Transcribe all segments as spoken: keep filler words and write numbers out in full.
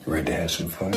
Ready to have some fun?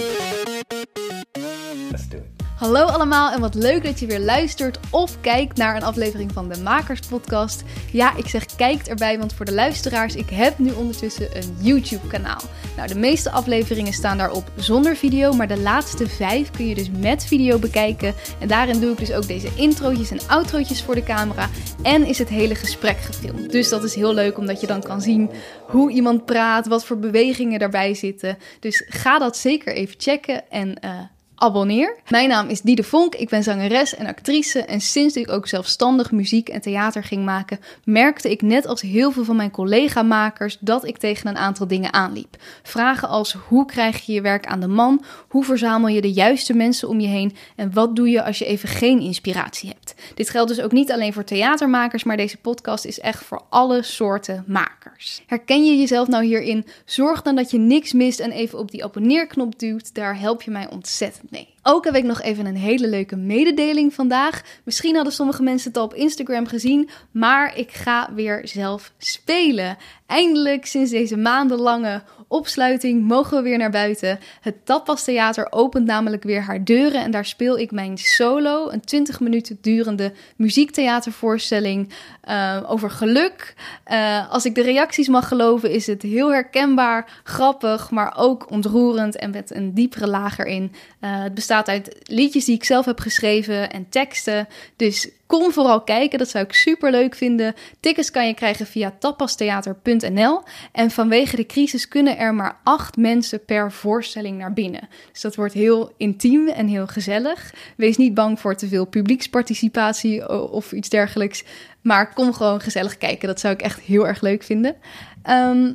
Let's do it. Hallo allemaal en wat leuk dat je weer luistert of kijkt naar een aflevering van de Makers Podcast. Ja, ik zeg kijkt erbij, want voor de luisteraars, ik heb nu ondertussen een YouTube kanaal. Nou, de meeste afleveringen staan daarop zonder video, maar de laatste vijf kun je dus met video bekijken. En daarin doe ik dus ook deze introotjes en outrootjes voor de camera en is het hele gesprek gefilmd. Dus dat is heel leuk, omdat je dan kan zien hoe iemand praat, wat voor bewegingen daarbij zitten. Dus ga dat zeker even checken en uh, abonneer. Mijn naam is Diede Vonk, ik ben zangeres en actrice en sinds ik ook zelfstandig muziek en theater ging maken, merkte ik net als heel veel van mijn collega-makers dat ik tegen een aantal dingen aanliep. Vragen als hoe krijg je je werk aan de man, hoe verzamel je de juiste mensen om je heen en wat doe je als je even geen inspiratie hebt. Dit geldt dus ook niet alleen voor theatermakers, maar deze podcast is echt voor alle soorten makers. Herken je jezelf nou hierin? Zorg dan dat je niks mist en even op die abonneerknop duwt, daar help je mij ontzettend mee. Ook heb ik nog even een hele leuke mededeling vandaag. Misschien hadden sommige mensen het al op Instagram gezien, maar ik ga weer zelf spelen. Eindelijk, sinds deze maandenlange opsluiting, mogen we weer naar buiten. Het Tapas Theater opent namelijk weer haar deuren en daar speel ik mijn solo, een twintig minuten durende muziektheatervoorstelling uh, over geluk. Uh, als ik de reacties mag geloven, is het heel herkenbaar, grappig, maar ook ontroerend en met een diepere laag erin. Uh, het bestaat uit liedjes die ik zelf heb geschreven en teksten, dus kom vooral kijken, dat zou ik super leuk vinden. Tickets kan je krijgen via tapastheater punt n l. En vanwege de crisis kunnen er maar acht mensen per voorstelling naar binnen. Dus dat wordt heel intiem en heel gezellig. Wees niet bang voor te veel publieksparticipatie of iets dergelijks. Maar kom gewoon gezellig kijken, dat zou ik echt heel erg leuk vinden. Um,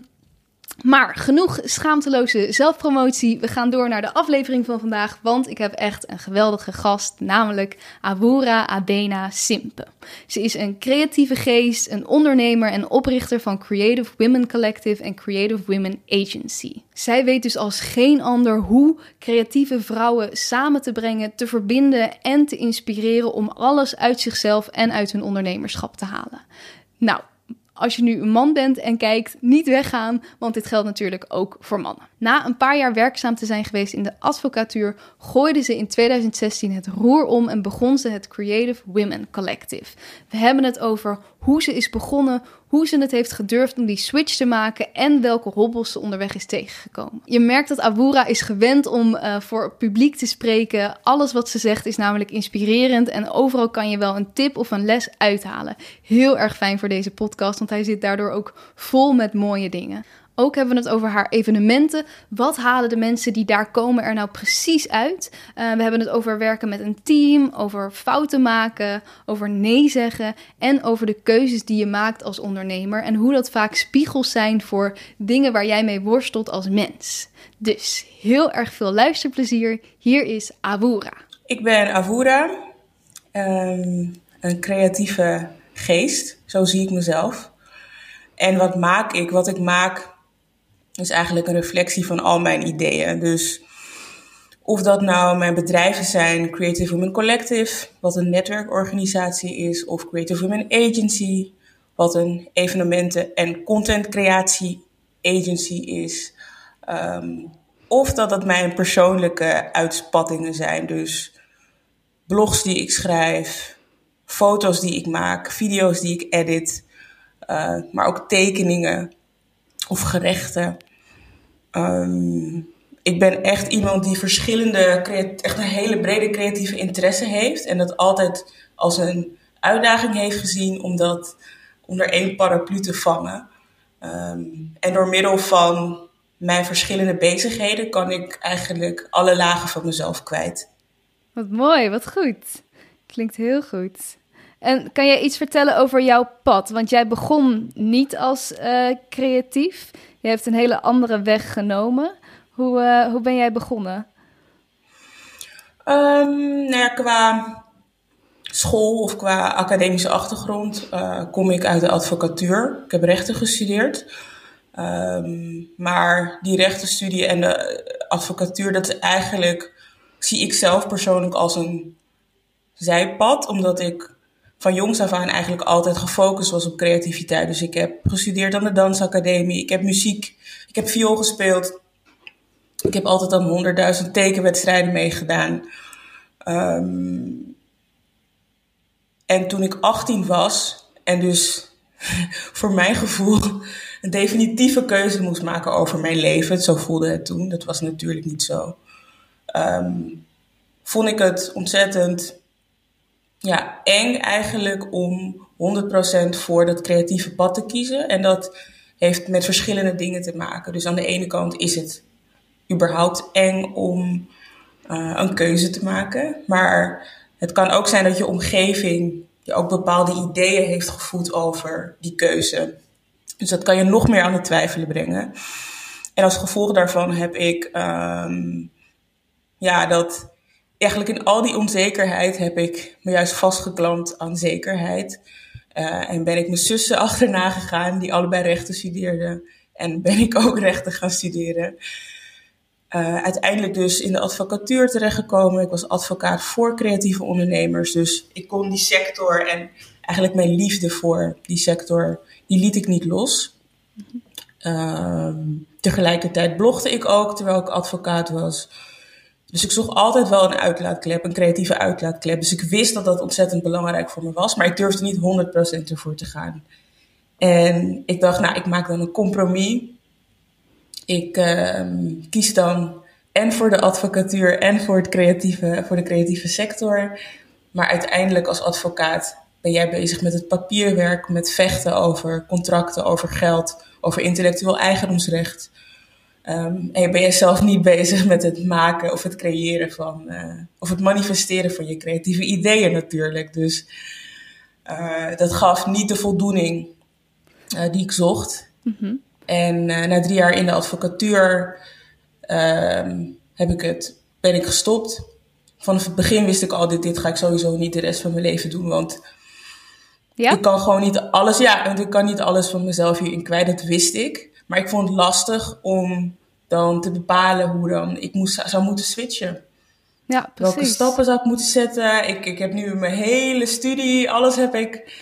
Maar genoeg schaamteloze zelfpromotie. We gaan door naar de aflevering van vandaag, want ik heb echt een geweldige gast, namelijk Awoura Abena Simpe. Ze is een creatieve geest, een ondernemer en oprichter van Creative Women Collective en Creative Women Agency. Zij weet dus als geen ander hoe creatieve vrouwen samen te brengen, te verbinden en te inspireren om alles uit zichzelf en uit hun ondernemerschap te halen. Nou, als je nu een man bent en kijkt, niet weggaan, want dit geldt natuurlijk ook voor mannen. Na een paar jaar werkzaam te zijn geweest in de advocatuur, gooide ze in twintig zestien het roer om en begon ze het Creative Women Collective. We hebben het over hoe ze is begonnen, hoe ze het heeft gedurfd om die switch te maken en welke hobbels ze onderweg is tegengekomen. Je merkt dat Awoura is gewend om uh, voor het publiek te spreken. Alles wat ze zegt is namelijk inspirerend en overal kan je wel een tip of een les uithalen. Heel erg fijn voor deze podcast, want hij zit daardoor ook vol met mooie dingen. Ook hebben we het over haar evenementen. Wat halen de mensen die daar komen er nou precies uit? Uh, we hebben het over werken met een team, over fouten maken, over nee zeggen en over de keuzes die je maakt als ondernemer en hoe dat vaak spiegels zijn voor dingen waar jij mee worstelt als mens. Dus heel erg veel luisterplezier. Hier is Awoura. Ik ben Awoura, um, een creatieve geest, zo zie ik mezelf. En wat maak ik? Wat ik maak is eigenlijk een reflectie van al mijn ideeën. Dus of dat nou mijn bedrijven zijn, Creative Women Collective, wat een netwerkorganisatie is, of Creative Women Agency, wat een evenementen- en contentcreatie agency is. Um, of dat dat mijn persoonlijke uitspattingen zijn. Dus blogs die ik schrijf, foto's die ik maak, video's die ik edit, uh, maar ook tekeningen of gerechten. Um, ik ben echt iemand die verschillende, echt een hele brede creatieve interesse heeft. En dat altijd als een uitdaging heeft gezien om dat onder één paraplu te vangen. Um, en door middel van mijn verschillende bezigheden kan ik eigenlijk alle lagen van mezelf kwijt. Wat mooi, wat goed. Klinkt heel goed. En kan jij iets vertellen over jouw pad? Want jij begon niet als uh, creatief. Je hebt een hele andere weg genomen. Hoe, uh, hoe ben jij begonnen? Um, nou ja, qua school of qua academische achtergrond uh, kom ik uit de advocatuur. Ik heb rechten gestudeerd. Um, maar die rechtenstudie en de advocatuur, dat is eigenlijk, zie ik zelf persoonlijk als een zijpad. Omdat ik van jongs af aan eigenlijk altijd gefocust was op creativiteit. Dus ik heb gestudeerd aan de dansacademie, ik heb muziek, ik heb viool gespeeld. Ik heb altijd aan honderdduizend tekenwedstrijden meegedaan. Um, en toen ik achttien was en dus voor mijn gevoel een definitieve keuze moest maken over mijn leven. Zo voelde het toen. Dat was natuurlijk niet zo. Um, vond ik het ontzettend ja, eng eigenlijk om honderd procent voor dat creatieve pad te kiezen. En dat heeft met verschillende dingen te maken. Dus aan de ene kant is het überhaupt eng om uh, een keuze te maken. Maar het kan ook zijn dat je omgeving je ook bepaalde ideeën heeft gevoed over die keuze. Dus dat kan je nog meer aan het twijfelen brengen. En als gevolg daarvan heb ik um, ja, dat eigenlijk in al die onzekerheid heb ik me juist vastgeklampt aan zekerheid. Uh, en ben ik mijn zussen achterna gegaan, die allebei rechten studeerden. En ben ik ook rechten gaan studeren. Uh, uiteindelijk dus in de advocatuur terechtgekomen. Ik was advocaat voor creatieve ondernemers. Dus ik kon die sector en eigenlijk mijn liefde voor die sector, die liet ik niet los. Uh, tegelijkertijd blogde ik ook, terwijl ik advocaat was. Dus ik zocht altijd wel een uitlaatklep, een creatieve uitlaatklep. Dus ik wist dat dat ontzettend belangrijk voor me was. Maar ik durfde niet honderd procent ervoor te gaan. En ik dacht, nou, ik maak dan een compromis. Ik uh, kies dan en voor de advocatuur en voor, het creatieve, voor de creatieve sector. Maar uiteindelijk als advocaat ben jij bezig met het papierwerk, met vechten over contracten, over geld, over intellectueel eigendomsrecht. Um, en ben jij zelf niet bezig met het maken of het creëren van, uh, of het manifesteren van je creatieve ideeën natuurlijk. Dus uh, dat gaf niet de voldoening uh, die ik zocht. Mm-hmm. En uh, na drie jaar in de advocatuur uh, heb ik het, ben ik gestopt. Vanaf het begin wist ik al, dit, dit ga ik sowieso niet de rest van mijn leven doen. Want ja? ik kan gewoon niet alles, ja, want ik kan niet alles van mezelf hierin kwijt, dat wist ik. Maar ik vond het lastig om dan te bepalen hoe dan ik moest, zou moeten switchen. Ja, precies. Welke stappen zou ik moeten zetten? Ik, ik heb nu mijn hele studie, alles heb ik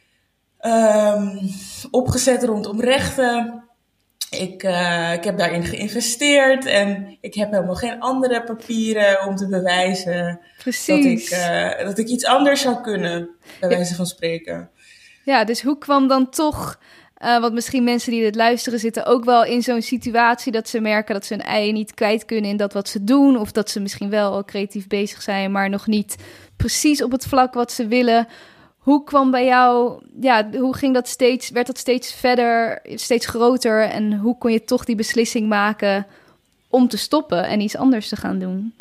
um, opgezet rondom rechten. Ik, uh, ik heb daarin geïnvesteerd en ik heb helemaal geen andere papieren om te bewijzen dat ik, uh, dat ik iets anders zou kunnen, bij wijze van spreken. Ja, dus hoe kwam dan toch, uh, want misschien mensen die dit luisteren zitten ook wel in zo'n situatie dat ze merken dat ze hun ei niet kwijt kunnen in dat wat ze doen, of dat ze misschien wel al creatief bezig zijn, maar nog niet precies op het vlak wat ze willen. Hoe kwam bij jou, ja, hoe ging dat steeds, werd dat steeds verder, steeds groter en hoe kon je toch die beslissing maken om te stoppen en iets anders te gaan doen?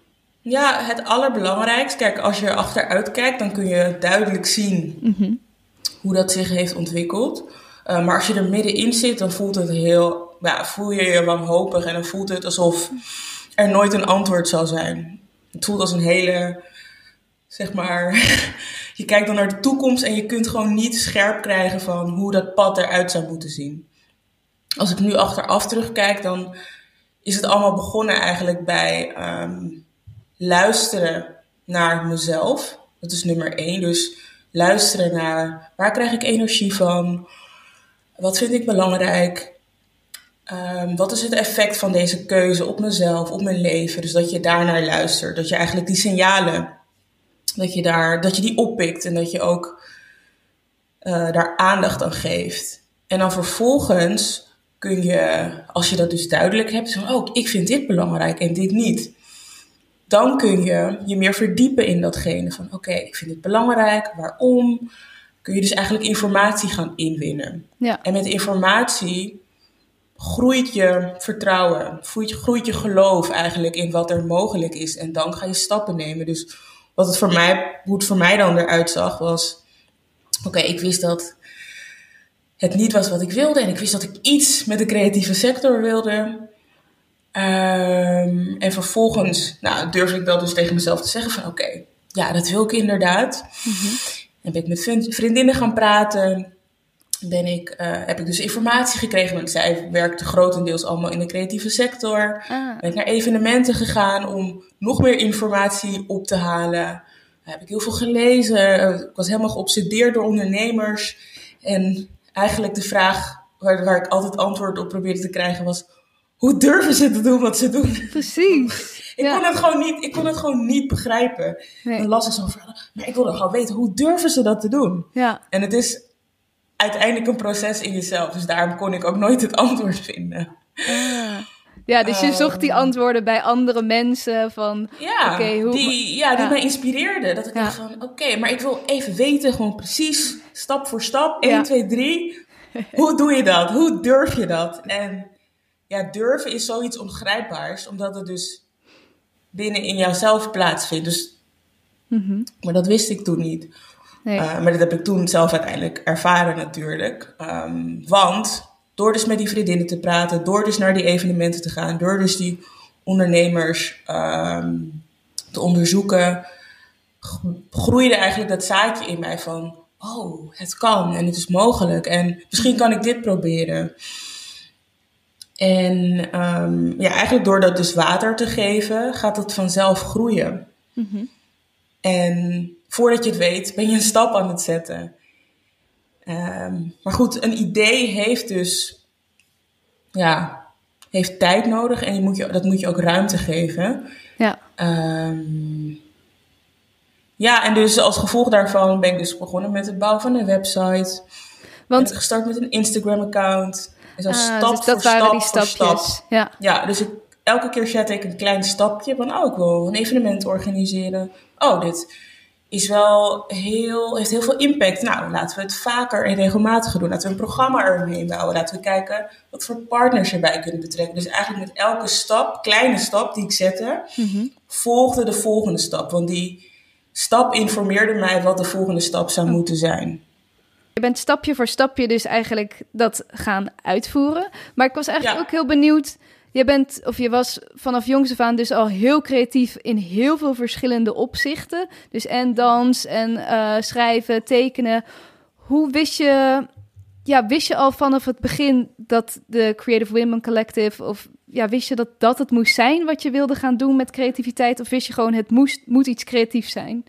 Ja, het allerbelangrijkste, kijk, als je achteruit kijkt, dan kun je duidelijk zien mm-hmm. hoe dat zich heeft ontwikkeld. Uh, maar als je er middenin zit, dan voelt het heel, ja, voel je je wanhopig en dan voelt het alsof er nooit een antwoord zal zijn. Het voelt als een hele, zeg maar, je kijkt dan naar de toekomst en je kunt gewoon niet scherp krijgen van hoe dat pad eruit zou moeten zien. Als ik nu achteraf terugkijk, dan is het allemaal begonnen eigenlijk bij um, luisteren naar mezelf. Dat is nummer één. Dus luisteren naar waar krijg ik energie van? Wat vind ik belangrijk? Um, wat is het effect van deze keuze op mezelf, op mijn leven? Dus dat je daarnaar luistert. Dat je eigenlijk die signalen, dat je, daar, dat je die oppikt en dat je ook uh, daar aandacht aan geeft. En dan vervolgens kun je, als je dat dus duidelijk hebt, zo, oh, ik vind dit belangrijk en dit niet. Dan kun je je meer verdiepen in datgene van, oké, okay, ik vind dit belangrijk, waarom? Kun je dus eigenlijk informatie gaan inwinnen. Ja. En met informatie groeit je vertrouwen, groeit je, groeit je geloof eigenlijk in wat er mogelijk is. En dan ga je stappen nemen. Dus wat het voor mij, hoe het voor mij dan eruit zag was, oké, okay, ik wist dat het niet was wat ik wilde. En ik wist dat ik iets met de creatieve sector wilde. Um, en vervolgens nou, durfde ik dat dus tegen mezelf te zeggen van oké, okay, ja, dat wil ik inderdaad. Mm-hmm. En ben ik met vriendinnen gaan praten. Ben ik, uh, heb ik dus informatie gekregen, want zij werkte grotendeels allemaal in de creatieve sector. Ah. Ben ik naar evenementen gegaan om nog meer informatie op te halen. Daar heb ik heel veel gelezen. Ik was helemaal geobsedeerd door ondernemers. En eigenlijk de vraag waar, waar ik altijd antwoord op probeerde te krijgen was, hoe durven ze te doen wat ze doen? Precies. ik, ja. kon het gewoon niet, ik kon het gewoon niet begrijpen. Nee. Dan las ik zo'n verhaal. Maar ik wilde gewoon weten, hoe durven ze dat te doen? Ja. En het is uiteindelijk een proces in jezelf. Dus daarom kon ik ook nooit het antwoord vinden. Ah. Ja, dus je um, zocht die antwoorden bij andere mensen van... Ja, okay, hoe... die, ja, die ja. mij inspireerden. Dat ik ja. dacht van, oké, okay, maar ik wil even weten, gewoon precies, stap voor stap, ja. één, twee, drie. Hoe doe je dat? Hoe durf je dat? En ja, durven is zoiets ongrijpbaars, omdat het dus binnen in jouzelf plaatsvindt. Dus, mm-hmm. Maar dat wist ik toen niet. Nee. Uh, maar dat heb ik toen zelf uiteindelijk ervaren natuurlijk. Um, want... Door dus met die vriendinnen te praten, door dus naar die evenementen te gaan, door dus die ondernemers um, te onderzoeken, groeide eigenlijk dat zaadje in mij van, oh, het kan en het is mogelijk en misschien kan ik dit proberen. En um, ja, eigenlijk door dat dus water te geven, gaat het vanzelf groeien. Mm-hmm. En voordat je het weet, ben je een stap aan het zetten. Um, maar goed, een idee heeft dus ja, heeft tijd nodig en je moet je, dat moet je ook ruimte geven. Ja. Um, ja, en dus als gevolg daarvan ben ik dus begonnen met het bouwen van een website. Want ben ik gestart met een Instagram-account. En zo ah, stap dus dat voor waren stap die voor stapjes. stap. Ja, ja dus ik, elke keer zet ik een klein stapje van, oh, ik wil een evenement organiseren. Oh, dit is wel heel, heeft heel veel impact. Nou, laten we het vaker en regelmatiger doen. Laten we een programma eromheen bouwen. Laten we kijken wat voor partners erbij kunnen betrekken. Dus eigenlijk met elke stap, kleine stap die ik zette, mm-hmm. volgde de volgende stap. Want die stap informeerde mij wat de volgende stap zou oh. moeten zijn. Je bent stapje voor stapje dus eigenlijk dat gaan uitvoeren. Maar ik was eigenlijk ja. ook heel benieuwd. Je bent, of je was vanaf jongs af aan dus al heel creatief in heel veel verschillende opzichten. Dus en dans en uh, schrijven, tekenen. Hoe wist je, ja, wist je al vanaf het begin dat de Creative Women Collective, of ja, wist je dat dat het moest zijn wat je wilde gaan doen met creativiteit? Of wist je gewoon het moest, moet iets creatiefs zijn?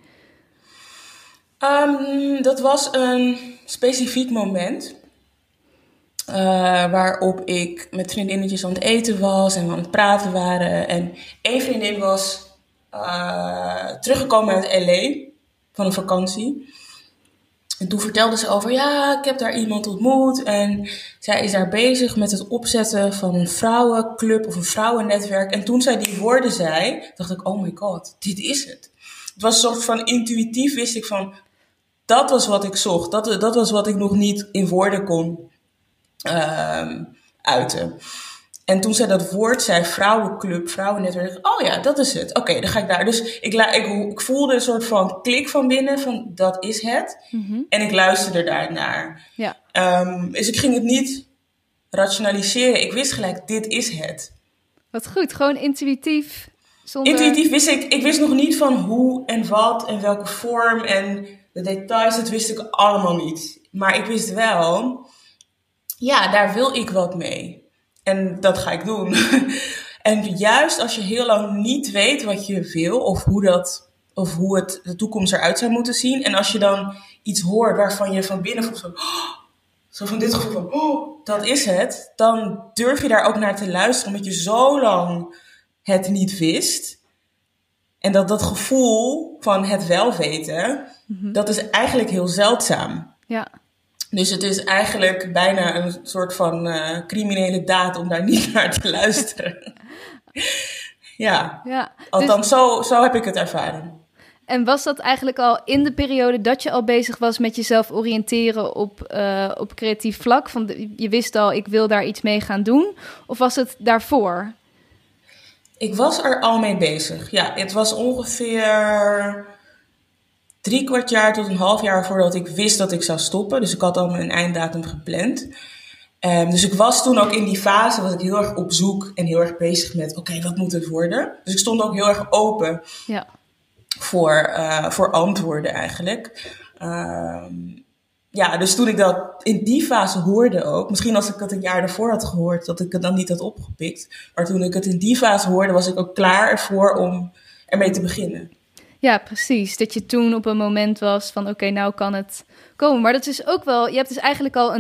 Um, dat was een specifiek moment. Uh, waarop ik met vriendinnetjes aan het eten was en we aan het praten waren. En één vriendin was uh, teruggekomen uit L A van een vakantie. En toen vertelde ze over, ja, ik heb daar iemand ontmoet. En zij is daar bezig met het opzetten van een vrouwenclub of een vrouwennetwerk. En toen zij die woorden zei, dacht ik, oh my god, dit is het. Het was een soort van intuïtief, wist ik van, dat was wat ik zocht. Dat, dat was wat ik nog niet in woorden kon Uh, uiten. En toen zij dat woord zei, vrouwenclub, vrouwennetwerk, oh ja, dat is het. Oké, okay, dan ga ik daar. Dus ik, ik, ik voelde een soort van klik van binnen, van dat is het. Mm-hmm. En ik luisterde daar naar. Ja. Um, dus ik ging het niet rationaliseren. Ik wist gelijk, dit is het. Wat goed, gewoon intuïtief. Zonder... Intuïtief wist ik, ik wist nog niet van hoe en wat en welke vorm en de details, dat wist ik allemaal niet. Maar ik wist wel, ja, daar wil ik wat mee. En dat ga ik doen. En juist als je heel lang niet weet wat je wil of hoe, dat, of hoe het de toekomst eruit zou moeten zien. En als je dan iets hoort waarvan je van binnen voelt van, oh, zo van dit gevoel van, oh, dat is het. Dan durf je daar ook naar te luisteren, omdat je zo lang het niet wist. En dat dat gevoel van het wel weten, mm-hmm. dat is eigenlijk heel zeldzaam. Ja. Dus het is eigenlijk bijna een soort van uh, criminele daad om daar niet naar te luisteren. ja. ja, Althans, dus... zo, zo heb ik het ervaren. En was dat eigenlijk al in de periode dat je al bezig was met jezelf oriënteren op, uh, op creatief vlak? Van de, je wist al, ik wil daar iets mee gaan doen. Of was het daarvoor? Ik was er al mee bezig. Ja, het was ongeveer drie kwart jaar tot een half jaar voordat ik wist dat ik zou stoppen. Dus ik had al mijn einddatum gepland. Um, dus ik was toen ook in die fase, was ik heel erg op zoek en heel erg bezig met, oké, okay, wat moet het worden? Dus ik stond ook heel erg open ja. voor, uh, voor antwoorden eigenlijk. Um, ja, dus toen ik dat in die fase hoorde ook, misschien als ik het een jaar daarvoor had gehoord, dat ik het dan niet had opgepikt. Maar toen ik het in die fase hoorde, was ik ook klaar ervoor om ermee te beginnen. Ja, precies. Dat je toen op een moment was van, oké, okay, nou kan het komen. Maar dat is ook wel, je hebt dus eigenlijk al een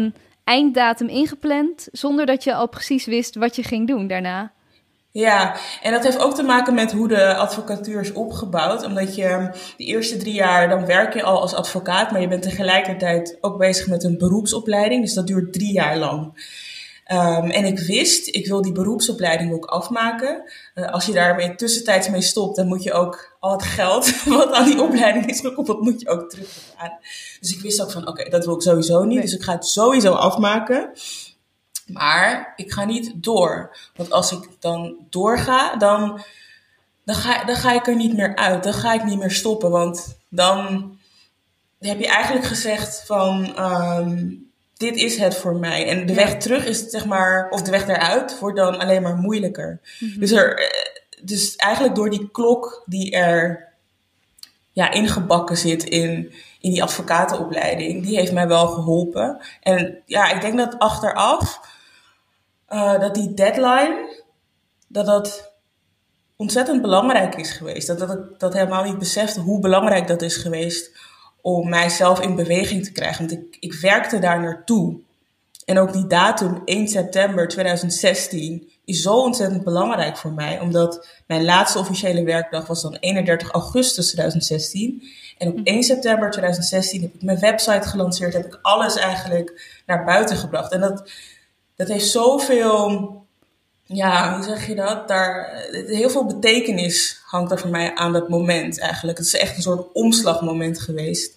einddatum ingepland, zonder dat je al precies wist wat je ging doen daarna. Ja, en dat heeft ook te maken met hoe de advocatuur is opgebouwd. Omdat je de eerste drie jaar, dan werk je al als advocaat, maar je bent tegelijkertijd ook bezig met een beroepsopleiding. Dus dat duurt drie jaar lang. Um, en ik wist, ik wil die beroepsopleiding ook afmaken. Uh, als je daarmee tussentijds mee stopt, dan moet je ook al het geld wat aan die opleiding is gekoppeld, moet je ook terugbetalen. Dus ik wist ook van, oké, okay, dat wil ik sowieso niet. Nee. Dus ik ga het sowieso afmaken. Maar ik ga niet door. Want als ik dan doorga, dan, dan, ga, dan ga ik er niet meer uit. Dan ga ik niet meer stoppen. Want dan heb je eigenlijk gezegd van, um, dit is het voor mij. En de weg terug is, zeg maar, of de weg eruit wordt dan alleen maar moeilijker. Mm-hmm. Dus, er, dus eigenlijk door die klok die er ja, ingebakken zit in, in die advocatenopleiding, die heeft mij wel geholpen. En ja, ik denk dat achteraf, uh, dat die deadline, dat dat ontzettend belangrijk is geweest. Dat, dat ik dat helemaal niet besefte hoe belangrijk dat is geweest om mijzelf in beweging te krijgen. Want ik, ik werkte daar naartoe. En ook die datum, één september tweeduizend zestien, is zo ontzettend belangrijk voor mij. Omdat mijn laatste officiële werkdag was dan eenendertig augustus tweeduizend zestien. En op één september tweeduizend zestien heb ik mijn website gelanceerd. Heb ik alles eigenlijk naar buiten gebracht. En dat, dat heeft zoveel, ja, hoe zeg je dat? Daar, heel veel betekenis hangt er voor mij aan dat moment eigenlijk. Het is echt een soort omslagmoment geweest.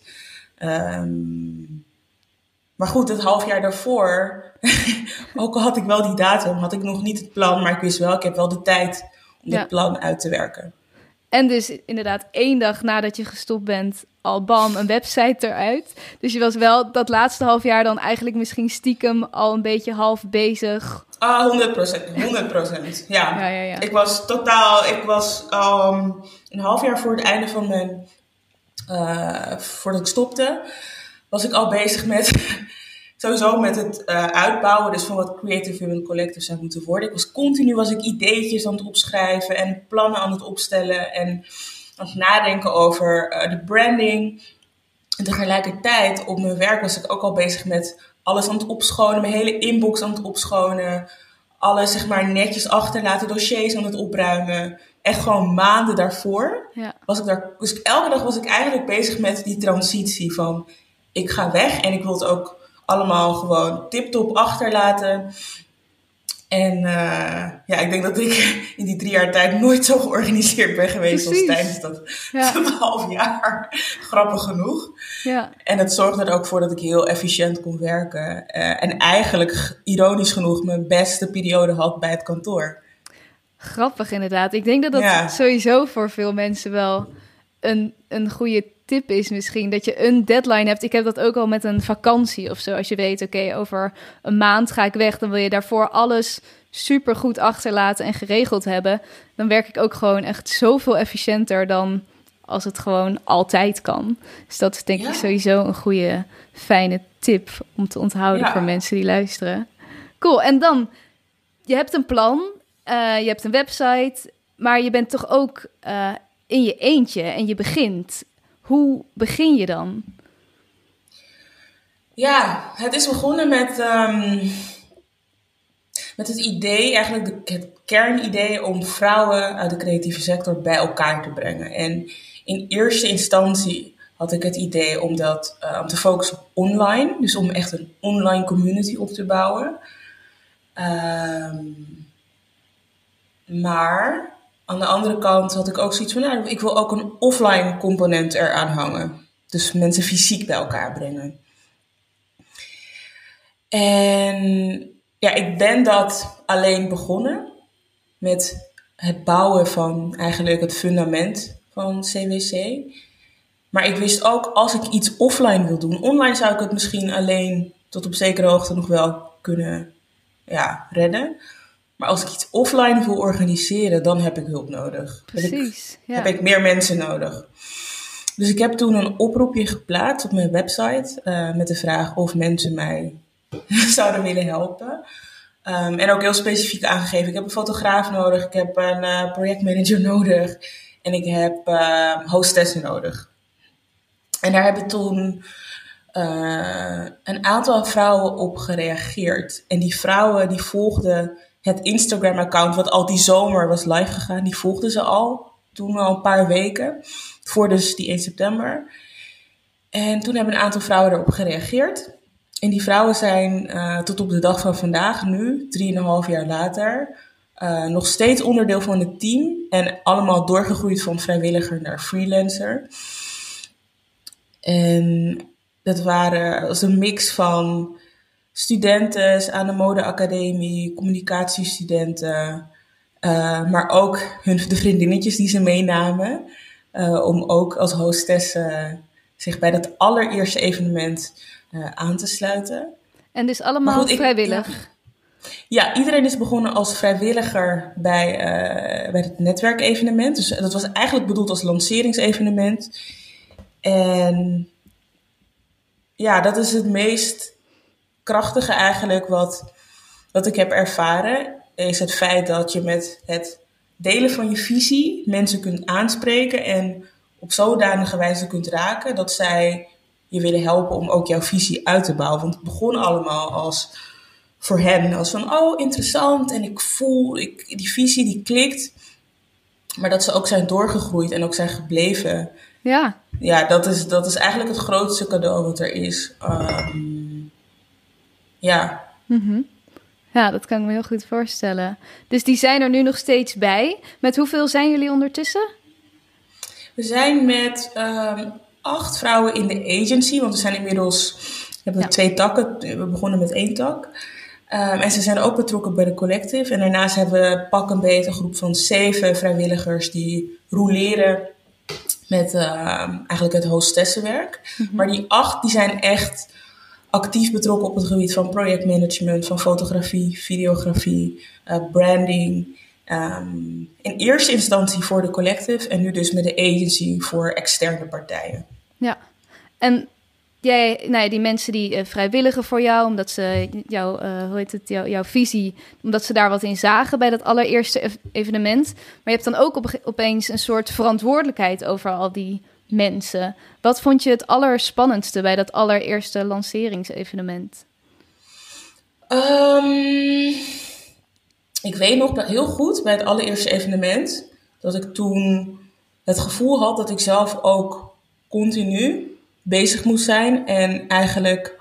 Um, maar goed, het half jaar daarvoor, ook al had ik wel die datum, had ik nog niet het plan. Maar ik wist wel, ik heb wel de tijd om ja. dat plan uit te werken. En dus inderdaad één dag nadat je gestopt bent, al bam, een website eruit. Dus je was wel dat laatste half jaar dan eigenlijk misschien stiekem al een beetje half bezig. Ah, honderd procent. honderd procent. Ja. Ja, ja, ja. Ik was totaal, ik was um, een half jaar voor het einde van mijn, uh, voordat ik stopte, was ik al bezig met, sowieso met het uh, uitbouwen, dus van wat Creative Women Collective zou moeten worden. Ik was continu, was ik ideetjes aan het opschrijven en plannen aan het opstellen en aan het nadenken over uh, de branding. En tegelijkertijd op mijn werk was ik ook al bezig met alles aan het opschonen, mijn hele inbox aan het opschonen, alles zeg maar netjes achterlaten, dossiers aan het opruimen. Echt gewoon maanden daarvoor ja. was ik daar. Dus elke dag was ik eigenlijk bezig met die transitie van ik ga weg en ik wil het ook allemaal gewoon tip-top achterlaten. En uh, ja, ik denk dat ik in die drie jaar tijd nooit zo georganiseerd ben geweest Precies. als tijdens dat, ja. dat half jaar. Grappig genoeg. Ja. En het zorgde er ook voor dat ik heel efficiënt kon werken. Uh, en eigenlijk, ironisch genoeg, mijn beste periode had bij het kantoor. Grappig inderdaad. Ik denk dat dat ja. sowieso voor veel mensen wel een, een goede tip is misschien. Dat je een deadline hebt. Ik heb dat ook al met een vakantie of zo. Als je weet, oké, okay, over een maand ga ik weg. Dan wil je daarvoor alles super goed achterlaten en geregeld hebben. Dan werk ik ook gewoon echt zoveel efficiënter dan als het gewoon altijd kan. Dus dat is denk ja. ik sowieso een goede, fijne tip om te onthouden ja. voor mensen die luisteren. Cool. En dan, je hebt een plan. Uh, je hebt een website. Maar je bent toch ook uh, in je eentje en je begint. Hoe begin je dan? Ja, het is begonnen met, um, met het idee, eigenlijk de, het kernidee om vrouwen uit de creatieve sector bij elkaar te brengen. En in eerste instantie had ik het idee om, dat, uh, om te focussen op online. Dus om echt een online community op te bouwen. Um, maar aan de andere kant had ik ook zoiets van, nou, ik wil ook een offline component eraan hangen. Dus mensen fysiek bij elkaar brengen. En ja, ik ben dat alleen begonnen met het bouwen van eigenlijk het fundament van C W C. Maar ik wist ook, als ik iets offline wil doen, online zou ik het misschien alleen tot op zekere hoogte nog wel kunnen ja, redden. Maar als ik iets offline wil organiseren, dan heb ik hulp nodig. Precies, heb ik, ja. heb ik meer mensen nodig. Dus ik heb toen een oproepje geplaatst op mijn website uh, met de vraag of mensen mij zouden willen helpen. Um, en ook heel specifiek aangegeven. Ik heb een fotograaf nodig, ik heb een uh, projectmanager nodig en ik heb uh, hostessen nodig. En daar hebben toen uh, een aantal vrouwen op gereageerd. En die vrouwen die volgden het Instagram-account wat al die zomer was live gegaan. Die volgden ze al, toen al een paar weken, voor dus die één september. En toen hebben een aantal vrouwen erop gereageerd. En die vrouwen zijn uh, tot op de dag van vandaag, nu, drieënhalf jaar later, uh, nog steeds onderdeel van het team. En allemaal doorgegroeid van vrijwilliger naar freelancer. En dat waren dat was een mix van studenten aan de modeacademie, communicatiestudenten, uh, maar ook hun, de vriendinnetjes die ze meenamen. Uh, om ook als hostess uh, zich bij dat allereerste evenement uh, aan te sluiten. En dus allemaal goed, vrijwillig? Ik, ja. ja, iedereen is begonnen als vrijwilliger bij, uh, bij het netwerkevenement. Dus dat was eigenlijk bedoeld als lanceringsevenement. En ja, dat is het meest krachtige eigenlijk wat, wat ik heb ervaren. Is het feit dat je met het delen van je visie mensen kunt aanspreken en op zodanige wijze kunt raken dat zij je willen helpen om ook jouw visie uit te bouwen. Want het begon allemaal als voor hen als van oh interessant en ik voel ik, die visie die klikt. Maar dat ze ook zijn doorgegroeid en ook zijn gebleven. Ja, ja dat, is, dat is eigenlijk het grootste cadeau wat er is. Um, ja. Mm-hmm. Ja, dat kan ik me heel goed voorstellen. Dus die zijn er nu nog steeds bij. Met hoeveel zijn jullie ondertussen? We zijn met um, acht vrouwen in de agency. Want we zijn inmiddels, we hebben ja. twee takken. We begonnen met één tak. Um, en ze zijn ook betrokken bij de collective. En daarnaast hebben we pak een beetje een groep van zeven vrijwilligers die roleren met uh, eigenlijk het hostessenwerk. Mm-hmm. Maar die acht die zijn echt actief betrokken op het gebied van projectmanagement, van fotografie, videografie, uh, branding. Um, in eerste instantie voor de collective en nu dus met de agency voor externe partijen. Ja, en jij, nou ja, die mensen die uh, vrijwilligen voor jou, omdat ze jou, uh, hoe heet het, jou, jouw visie, omdat ze daar wat in zagen bij dat allereerste evenement. Maar je hebt dan ook op, opeens een soort verantwoordelijkheid over al die mensen. Wat vond je het allerspannendste bij dat allereerste lanceringsevenement? Um, ik weet nog heel goed bij het allereerste evenement dat ik toen het gevoel had dat ik zelf ook continu bezig moest zijn en eigenlijk,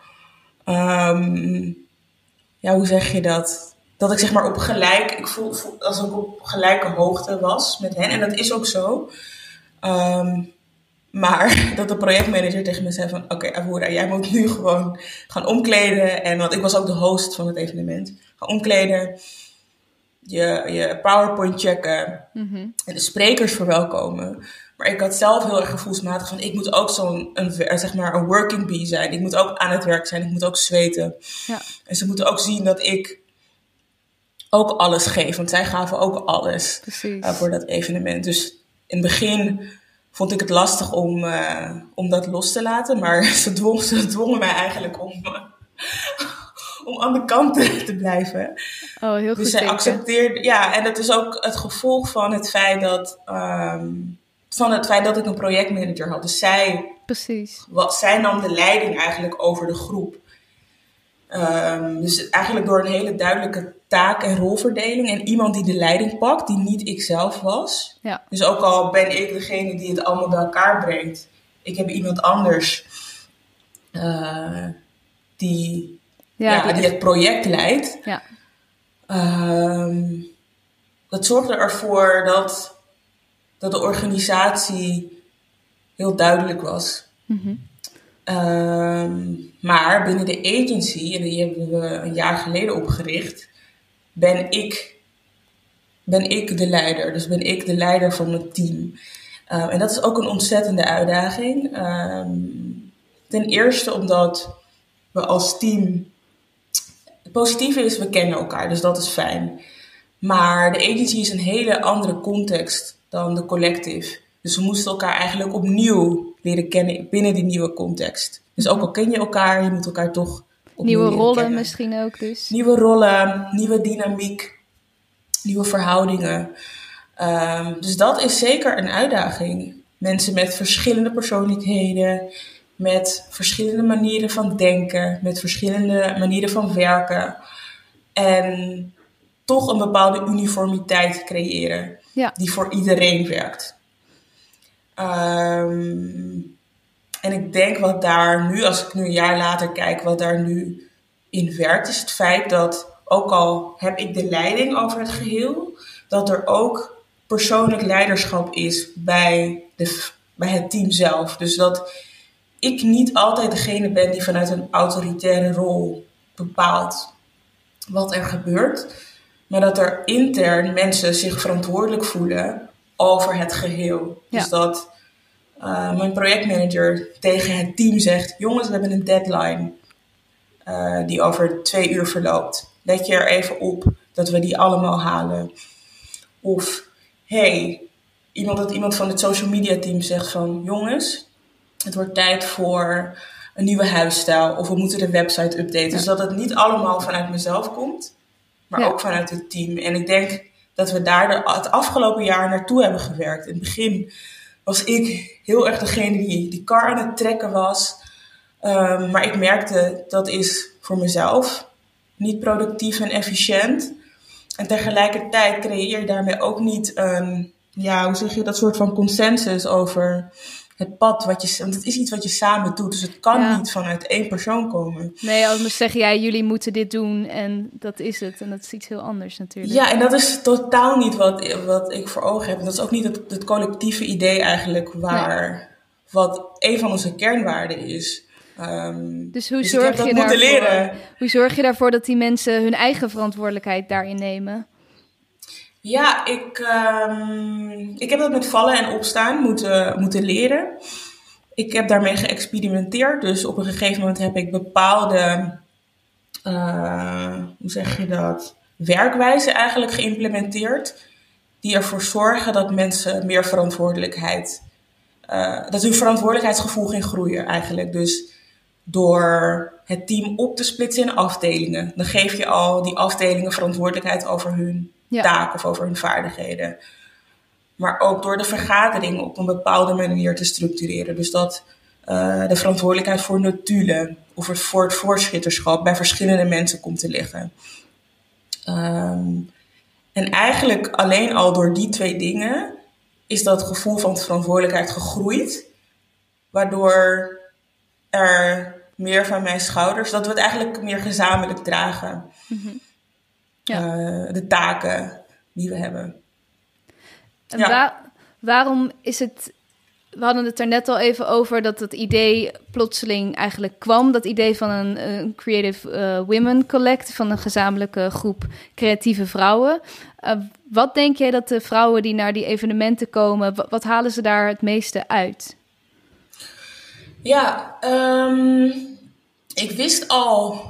um, ja, hoe zeg je dat? Dat ik zeg maar op gelijk, ik voel, voel als ik op gelijke hoogte was met hen en dat is ook zo. Um, Maar dat de projectmanager tegen me zei van oké, okay, Awoura, jij moet nu gewoon gaan omkleden. En want ik was ook de host van het evenement. Ga omkleden, je, je PowerPoint checken mm-hmm. en de sprekers verwelkomen. Maar ik had zelf heel erg gevoelsmatig van ik moet ook zo'n een, zeg maar een working bee zijn. Ik moet ook aan het werk zijn, ik moet ook zweten. Ja. En ze moeten ook zien dat ik ook alles geef. Want zij gaven ook alles uh, voor dat evenement. Dus in het begin vond ik het lastig om, uh, om dat los te laten. Maar ze, dwong, ze dwongen mij eigenlijk om, uh, om aan de kant te, te blijven. Oh, heel goed. Dus zij accepteerde. Ja, en dat is ook het gevolg van het feit dat, um, van het feit dat ik een projectmanager had. Dus zij, Precies. Wat, zij nam de leiding eigenlijk over de groep. Um, dus eigenlijk door een hele duidelijke taak- en rolverdeling. En iemand die de leiding pakt, die niet ik zelf was. Ja. Dus ook al ben ik degene die het allemaal bij elkaar brengt. Ik heb iemand anders uh, die, ja, ja, die, die het project leidt. Ja. Um, dat zorgde ervoor dat, dat de organisatie heel duidelijk was. Mm-hmm. Um, maar binnen de agency, en die hebben we een jaar geleden opgericht, ben ik, ben ik de leider. Dus ben ik de leider van het team. Um, en dat is ook een ontzettende uitdaging. Um, ten eerste omdat we als team, het positieve is, we kennen elkaar, dus dat is fijn. Maar de agency is een hele andere context dan de collective. Dus we moesten elkaar eigenlijk opnieuw leren kennen binnen die nieuwe context. Dus ook al ken je elkaar, je moet elkaar toch opnieuw Nieuwe rollen kennen. misschien ook dus. Nieuwe rollen, nieuwe dynamiek, nieuwe verhoudingen. Um, dus dat is zeker een uitdaging. Mensen met verschillende persoonlijkheden, met verschillende manieren van denken, met verschillende manieren van werken. En toch een bepaalde uniformiteit creëren, ja. die voor iedereen werkt. Um, en ik denk wat daar nu, als ik nu een jaar later kijk, wat daar nu in werkt, is het feit dat, ook al heb ik de leiding over het geheel, dat er ook persoonlijk leiderschap is bij, de, bij het team zelf. Dus dat ik niet altijd degene ben die vanuit een autoritaire rol bepaalt wat er gebeurt, maar dat er intern mensen zich verantwoordelijk voelen over het geheel. Ja. Dus dat uh, mijn projectmanager tegen het team zegt, jongens, we hebben een deadline uh, die over twee uur verloopt. Let je er even op dat we die allemaal halen. Of, hey, iemand dat iemand van het social media team zegt van, jongens, het wordt tijd voor een nieuwe huisstijl. Of we moeten de website updaten. Ja. Dus dat het niet allemaal vanuit mezelf komt, maar ja. ook vanuit het team. En ik denk dat we daar de, het afgelopen jaar naartoe hebben gewerkt. In het begin was ik heel erg degene die die kar aan het trekken was. Um, maar ik merkte, dat is voor mezelf niet productief en efficiënt. En tegelijkertijd creëer je daarmee ook niet een, ja, hoe zeg je, dat soort van consensus over het pad. Wat je, want het is iets wat je samen doet. Dus het kan ja. niet vanuit één persoon komen. Nee, als zeg jij, ja, jullie moeten dit doen en dat is het. En dat is iets heel anders natuurlijk. Ja, en dat is totaal niet wat, wat ik voor ogen heb. En dat is ook niet het, het collectieve idee eigenlijk waar, nee. wat een van onze kernwaarden is. Um, dus hoe, dus zorg je daarvoor, leren. hoe zorg je daarvoor dat die mensen hun eigen verantwoordelijkheid daarin nemen? Ja, ik, um, ik heb dat met vallen en opstaan moeten, moeten leren. Ik heb daarmee geëxperimenteerd. Dus op een gegeven moment heb ik bepaalde, uh, hoe zeg je dat, werkwijzen eigenlijk geïmplementeerd. Die ervoor zorgen dat mensen meer verantwoordelijkheid, uh, dat hun verantwoordelijkheidsgevoel ging groeien eigenlijk. Dus door het team op te splitsen in afdelingen. Dan geef je al die afdelingen verantwoordelijkheid over hun ja. taak of over hun vaardigheden. Maar ook door de vergadering op een bepaalde manier te structureren. Dus dat uh, de verantwoordelijkheid voor notulen of het voor het voorschitterschap bij verschillende mensen komt te liggen. Um, en eigenlijk alleen al door die twee dingen is dat gevoel van verantwoordelijkheid gegroeid. Waardoor er meer van mijn schouders, dat we het eigenlijk meer gezamenlijk dragen. Mm-hmm. Ja. Uh, de taken die we hebben. En ja. waar, waarom is het, we hadden het er net al even over, dat het idee plotseling eigenlijk kwam. Dat idee van een, een Creative uh, Women Collective, van een gezamenlijke groep creatieve vrouwen. Uh, wat denk jij dat de vrouwen die naar die evenementen komen, wat, wat halen ze daar het meeste uit? Ja, um, ik wist al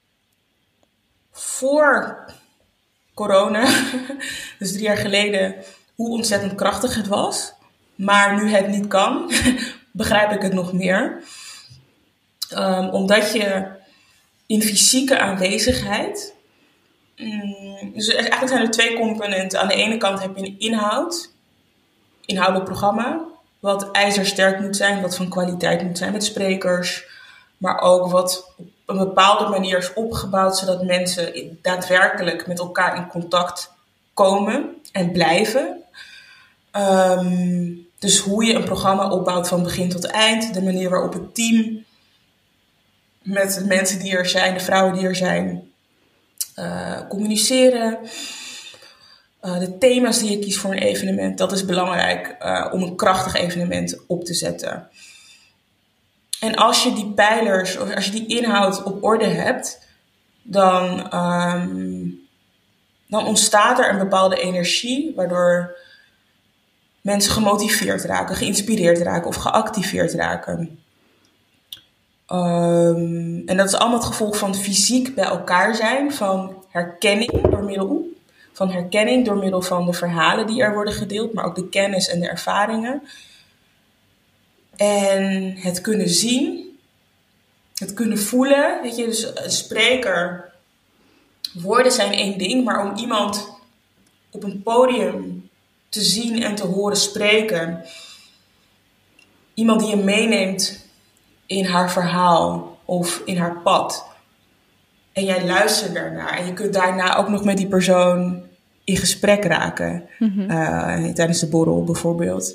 voor corona, dus drie jaar geleden, hoe ontzettend krachtig het was. Maar nu het niet kan, begrijp ik het nog meer. Um, omdat je in fysieke aanwezigheid, um, dus eigenlijk zijn er twee componenten. Aan de ene kant heb je een inhoud, inhoudelijk programma, wat ijzersterk moet zijn, wat van kwaliteit moet zijn met sprekers, maar ook wat op een bepaalde manier is opgebouwd, zodat mensen daadwerkelijk met elkaar in contact komen en blijven. Um, dus hoe je een programma opbouwt van begin tot eind, de manier waarop het team met de mensen die er zijn, de vrouwen die er zijn, uh, communiceren. Uh, de thema's die je kiest voor een evenement, dat is belangrijk uh, om een krachtig evenement op te zetten. En als je die pijlers, of als je die inhoud op orde hebt, dan, um, dan ontstaat er een bepaalde energie, waardoor mensen gemotiveerd raken, geïnspireerd raken of geactiveerd raken. Um, en dat is allemaal het gevolg van fysiek bij elkaar zijn, van herkenning door middel van herkenning door middel van de verhalen die er worden gedeeld, maar ook de kennis en de ervaringen. En het kunnen zien, het kunnen voelen. Weet je, dus een spreker, woorden zijn één ding, maar om iemand op een podium te zien en te horen spreken, iemand die je meeneemt in haar verhaal of in haar pad. En jij luistert daarnaar. En je kunt daarna ook nog met die persoon in gesprek raken. Mm-hmm. Uh, tijdens de borrel bijvoorbeeld.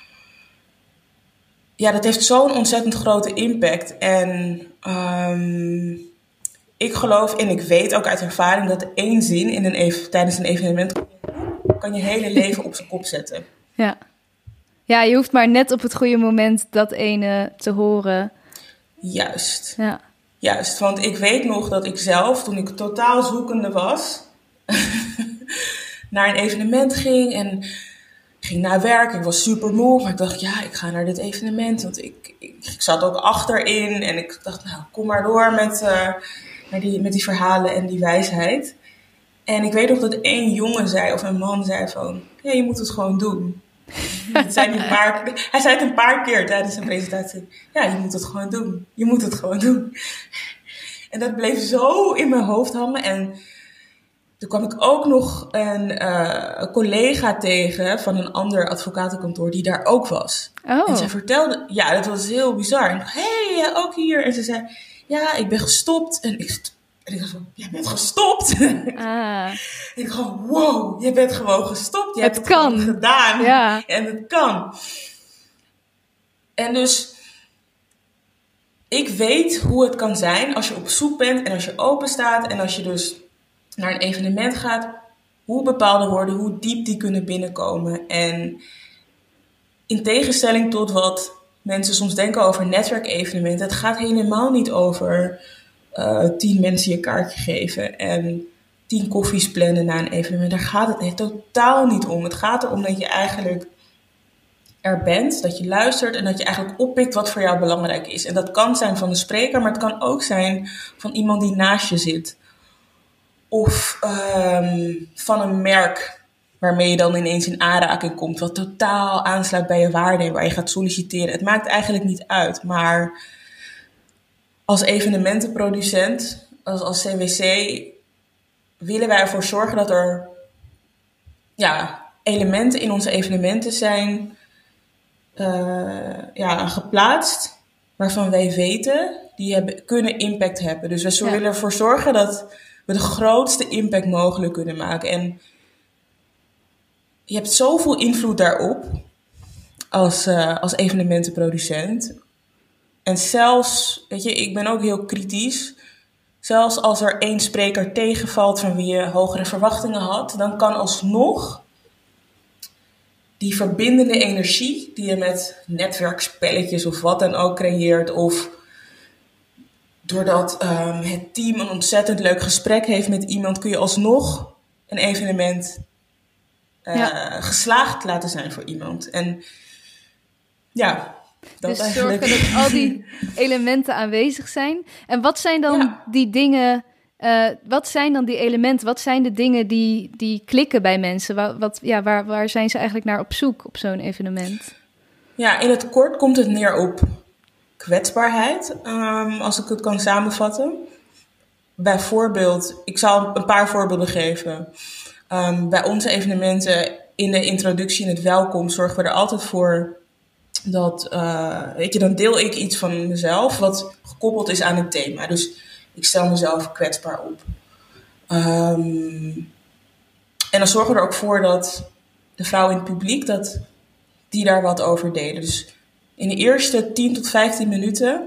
Ja, dat heeft zo'n ontzettend grote impact. En um, ik geloof en ik weet ook uit ervaring dat één zin in een ev- tijdens een evenement kan je hele leven op zijn kop zetten. Ja. Ja, je hoeft maar net op het goede moment dat ene te horen. Juist. Ja. Juist, want ik weet nog dat ik zelf, toen ik totaal zoekende was, naar een evenement ging en ging naar werk. Ik was super moe, maar ik dacht, ja, ik ga naar dit evenement. Want ik, ik, ik zat ook achterin en ik dacht, nou, kom maar door met, uh, met, die, met die verhalen en die wijsheid. En ik weet nog dat één jongen zei, of een man zei van, ja, je moet het gewoon doen. Het zijn een paar, hij zei het een paar keer tijdens zijn presentatie. Ja, je moet het gewoon doen. Je moet het gewoon doen. En dat bleef zo in mijn hoofd hangen. En toen kwam ik ook nog een, uh, een collega tegen van een ander advocatenkantoor die daar ook was. Oh. En zij vertelde, ja, dat was heel bizar. En ik dacht, hé, hey, ook hier. En ze zei, ja, ik ben gestopt. En ik, en ik dacht van, jij bent gestopt? Ah. En ik dacht, wow, jij bent gewoon gestopt. Je het hebt kan. het gewoon gedaan. Ja. En het kan. En dus, ik weet hoe het kan zijn als je op zoek bent en als je open staat en als je dus naar een evenement gaat, hoe bepaalde woorden, hoe diep die kunnen binnenkomen. En in tegenstelling tot wat mensen soms denken over netwerkevenementen, het gaat helemaal niet over uh, tien mensen je kaartje geven en tien koffies plannen na een evenement. Daar gaat het totaal niet om. Het gaat erom dat je eigenlijk er bent, dat je luistert en dat je eigenlijk oppikt wat voor jou belangrijk is. En dat kan zijn van de spreker, maar het kan ook zijn van iemand die naast je zit. Of um, van een merk waarmee je dan ineens in aanraking komt, wat totaal aansluit bij je waarden en waar je gaat solliciteren. Het maakt eigenlijk niet uit, maar als evenementenproducent, als, als C W C, willen wij ervoor zorgen dat er ja, elementen in onze evenementen zijn uh, ja, geplaatst, waarvan wij weten, die hebben, kunnen impact hebben. Dus we ja. willen ervoor zorgen dat we de grootste impact mogelijk kunnen maken. En je hebt zoveel invloed daarop als, uh, als evenementenproducent. En zelfs, weet je, ik ben ook heel kritisch. Zelfs als er één spreker tegenvalt van wie je hogere verwachtingen had, dan kan alsnog die verbindende energie die je met netwerkspelletjes of wat dan ook creëert, of doordat um, het team een ontzettend leuk gesprek heeft met iemand, kun je alsnog een evenement uh, ja. geslaagd laten zijn voor iemand. En ja, dat dus eigenlijk. zorgen dat al die elementen aanwezig zijn. En wat zijn dan ja. die dingen, uh, wat zijn dan die elementen? Wat zijn de dingen die, die klikken bij mensen? Wat, wat, ja, waar, waar zijn ze eigenlijk naar op zoek op zo'n evenement? Ja, in het kort komt het neer op kwetsbaarheid, um, als ik het kan samenvatten. Bijvoorbeeld, ik zal een paar voorbeelden geven. Um, bij onze evenementen in de introductie en het welkom zorgen we er altijd voor dat, uh, weet je, dan deel ik iets van mezelf wat gekoppeld is aan het thema. Dus ik stel mezelf kwetsbaar op. Um, en dan zorgen we er ook voor dat de vrouwen in het publiek, dat die daar wat over deden. Dus in de eerste tien tot vijftien minuten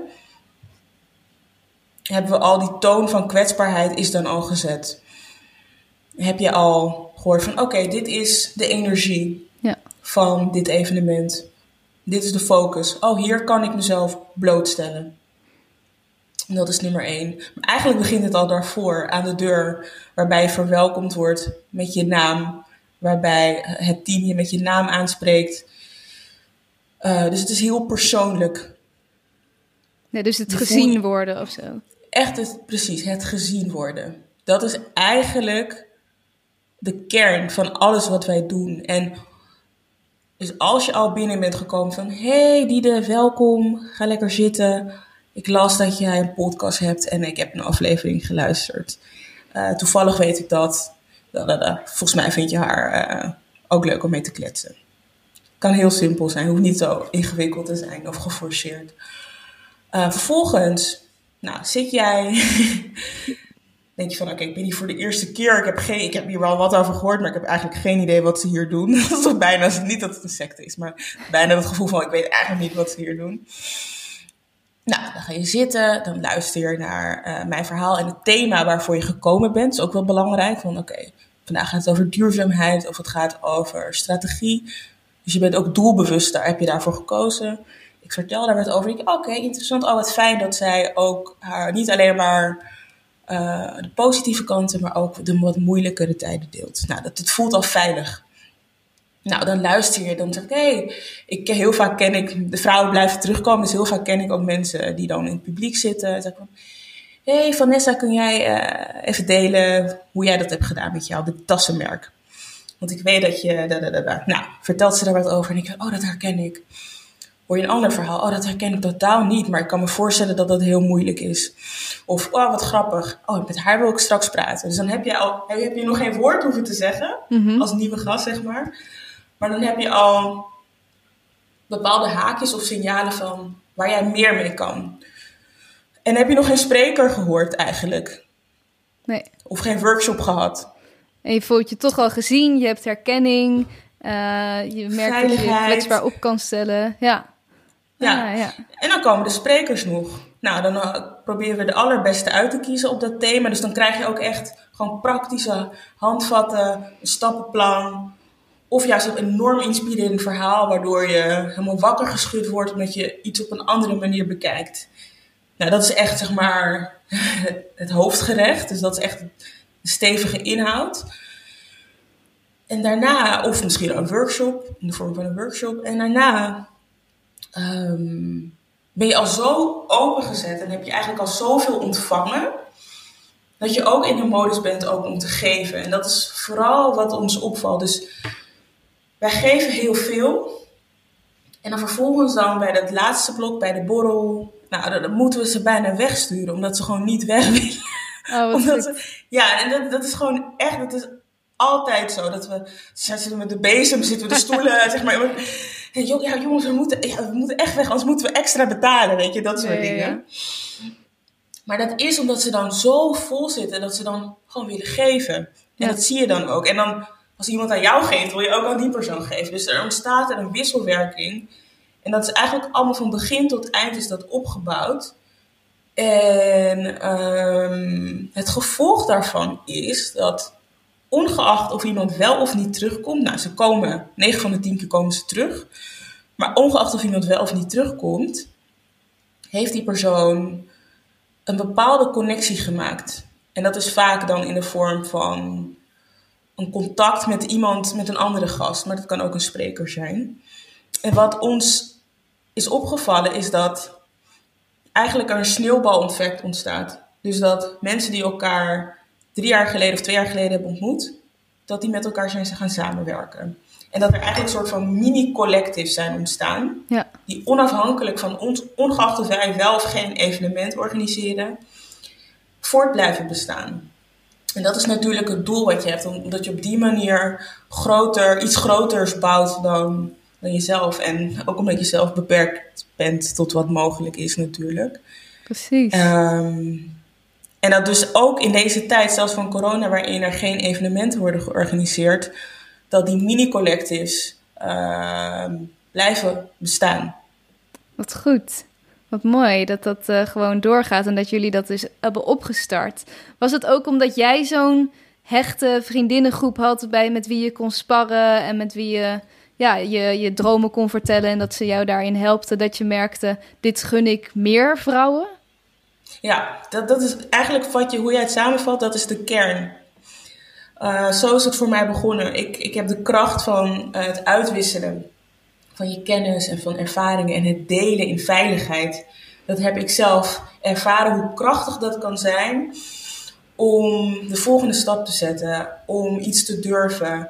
hebben we al die toon van kwetsbaarheid is dan al gezet. Heb je al gehoord van, oké, okay, dit is de energie ja. van dit evenement. Dit is de focus. Oh, hier kan ik mezelf blootstellen. En dat is nummer één. Maar eigenlijk begint het al daarvoor, aan de deur, waarbij je verwelkomd wordt met je naam. Waarbij het team je met je naam aanspreekt. Uh, dus het is heel persoonlijk. Ja, dus het je gezien voelt, worden of zo. Echt, het, precies, het gezien worden. Dat is eigenlijk de kern van alles wat wij doen. En dus als je al binnen bent gekomen van, hey Diede, welkom, ga lekker zitten. Ik las dat jij een podcast hebt en ik heb een aflevering geluisterd. Uh, toevallig weet ik dat. Da, da, da. Volgens mij vind je haar uh, ook leuk om mee te kletsen. Kan heel simpel zijn, hoeft niet zo ingewikkeld te zijn of geforceerd. Uh, vervolgens, nou, zit jij... denk je van, oké, okay, ik ben hier voor de eerste keer. Ik heb, geen, ik heb hier wel wat over gehoord, maar ik heb eigenlijk geen idee wat ze hier doen. Dat is toch bijna, niet dat het een secte is, maar bijna het gevoel van, ik weet eigenlijk niet wat ze hier doen. Nou, dan ga je zitten, dan luister je naar uh, mijn verhaal en het thema waarvoor je gekomen bent. Dat is ook wel belangrijk. Van oké, okay, vandaag gaat het over duurzaamheid of het gaat over strategie. Dus je bent ook doelbewust, daar heb je daarvoor gekozen. Ik vertel daar wat over. Oké, okay, interessant. Oh, wat fijn dat zij ook haar niet alleen maar uh, de positieve kanten, maar ook de wat moeilijkere tijden deelt. Nou, dat, het voelt al veilig. Nou, dan luister je, dan zeg ik, hé, hey, ik, heel vaak ken ik, de vrouwen blijven terugkomen, dus heel vaak ken ik ook mensen die dan in het publiek zitten. Dan zeg ik van, hé hey, Vanessa, kun jij uh, even delen hoe jij dat hebt gedaan met jouw tassenmerk? Want ik weet dat je, da, da, da, da. Nou, vertelt ze daar wat over en ik denk, oh, dat herken ik. Hoor je een ander verhaal, oh, dat herken ik totaal niet, maar ik kan me voorstellen dat dat heel moeilijk is. Of, oh, wat grappig, oh, met haar wil ik straks praten. Dus dan heb je al, heb je nog geen woord hoeven te zeggen, mm-hmm. als nieuwe gast, zeg maar. Maar dan heb je al bepaalde haakjes of signalen van waar jij meer mee kan. En heb je nog geen spreker gehoord eigenlijk? Nee. Of geen workshop gehad? En je voelt je toch al gezien, je hebt herkenning. Uh, je merkt dat je je kwetsbaar op kan stellen. Ja. Ja. Ah, ja. En dan komen de sprekers nog. Nou, dan uh, proberen we de allerbeste uit te kiezen op dat thema. Dus dan krijg je ook echt gewoon praktische handvatten, een stappenplan. Of juist een enorm inspirerend verhaal, waardoor je helemaal wakker geschud wordt omdat je iets op een andere manier bekijkt. Nou, dat is echt, zeg maar, het hoofdgerecht. Dus dat is echt een stevige inhoud. En daarna, of misschien een workshop, in de vorm van een workshop. En daarna um, ben je al zo opengezet en heb je eigenlijk al zoveel ontvangen, dat je ook in de modus bent ook om te geven. En dat is vooral wat ons opvalt. Dus wij geven heel veel. En dan vervolgens dan bij dat laatste blok, bij de borrel, nou, dan moeten we ze bijna wegsturen, omdat ze gewoon niet weg willen. Oh, wat ze, ja, en dat, dat is gewoon echt, dat is altijd zo. Dat we zitten met de bezem, zitten we de stoelen, zeg maar. Ja, jongens, we moeten, ja, we moeten echt weg, anders moeten we extra betalen, weet je, dat soort ja, dingen. Ja. Maar dat is omdat ze dan zo vol zitten, dat ze dan gewoon willen geven. En ja. dat zie je dan ook. En dan, als iemand aan jou geeft, wil je ook aan die persoon geven. Dus er ontstaat er een wisselwerking. En dat is eigenlijk allemaal van begin tot eind is dat opgebouwd. En um, het gevolg daarvan is dat ongeacht of iemand wel of niet terugkomt. Nou, ze komen, negen van de tien keer komen ze terug. Maar ongeacht of iemand wel of niet terugkomt, heeft die persoon een bepaalde connectie gemaakt. En dat is vaak dan in de vorm van een contact met iemand, met een andere gast. Maar dat kan ook een spreker zijn. En wat ons is opgevallen is dat eigenlijk er een sneeuwbaleffect ontstaat. Dus dat mensen die elkaar drie jaar geleden of twee jaar geleden hebben ontmoet, dat die met elkaar zijn gaan samenwerken. En dat er eigenlijk een soort van mini-collectives zijn ontstaan. Ja. Die onafhankelijk van ons, ongeacht of wij wel of geen evenement organiseren, voort blijven bestaan. En dat is natuurlijk het doel wat je hebt. Omdat je op die manier groter, iets groters bouwt dan, dan jezelf. En ook omdat je zelf beperkt bent tot wat mogelijk is natuurlijk. Precies. Um, en dat dus ook in deze tijd, zelfs van corona, waarin er geen evenementen worden georganiseerd, dat die mini-collectives uh, blijven bestaan. Wat goed. Wat mooi dat dat uh, gewoon doorgaat en dat jullie dat dus hebben opgestart. Was het ook omdat jij zo'n hechte vriendinnengroep had bij met wie je kon sparren en met wie je ja, je, je dromen kon vertellen en dat ze jou daarin helpte, dat je merkte, dit gun ik meer vrouwen? Ja, dat, dat is eigenlijk wat je, hoe jij het samenvat, dat is de kern. Uh, zo is het voor mij begonnen. Ik, ik heb de kracht van uh, het uitwisselen van je kennis en van ervaringen en het delen in veiligheid. Dat heb ik zelf ervaren, hoe krachtig dat kan zijn om de volgende stap te zetten, om iets te durven,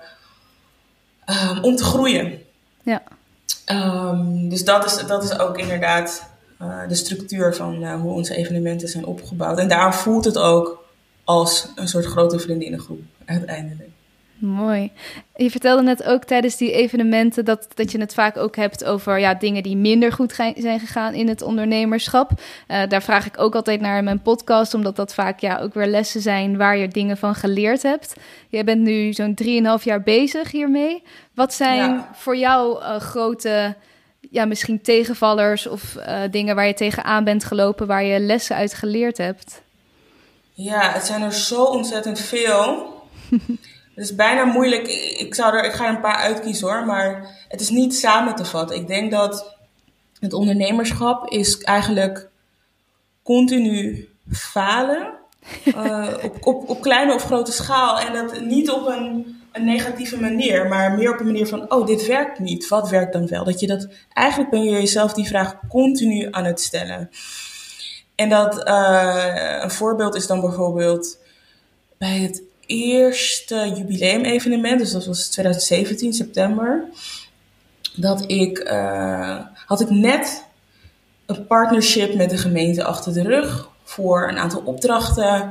um, om te groeien. Ja. Um, dus dat is, dat is ook inderdaad uh, de structuur van uh, hoe onze evenementen zijn opgebouwd. En daar voelt het ook als een soort grote vriendinnengroep uiteindelijk. Mooi. Je vertelde net ook tijdens die evenementen dat, dat je het vaak ook hebt over ja, dingen die minder goed ge- zijn gegaan in het ondernemerschap. Uh, daar vraag ik ook altijd naar in mijn podcast, omdat dat vaak ja, ook weer lessen zijn waar je dingen van geleerd hebt. Jij bent nu zo'n drieënhalf jaar bezig hiermee. Wat zijn ja. voor jou uh, grote, ja, misschien tegenvallers of uh, dingen waar je tegenaan bent gelopen, waar je lessen uit geleerd hebt? Ja, het zijn er zo ontzettend veel. Het is bijna moeilijk. Ik, zou er, ik ga er een paar uitkiezen hoor, maar het is niet samen te vatten. Ik denk dat het ondernemerschap is eigenlijk continu falen. Uh, op, op, op kleine of grote schaal. En dat niet op een, een negatieve manier, maar meer op een manier van, oh, dit werkt niet. Wat werkt dan wel? Dat je dat, eigenlijk ben je jezelf die vraag continu aan het stellen. En dat uh, een voorbeeld is dan bijvoorbeeld bij het eerste jubileum-evenement, dus dat was twintig zeventien, september, dat ik, uh, had ik net een partnership met de gemeente achter de rug voor een aantal opdrachten.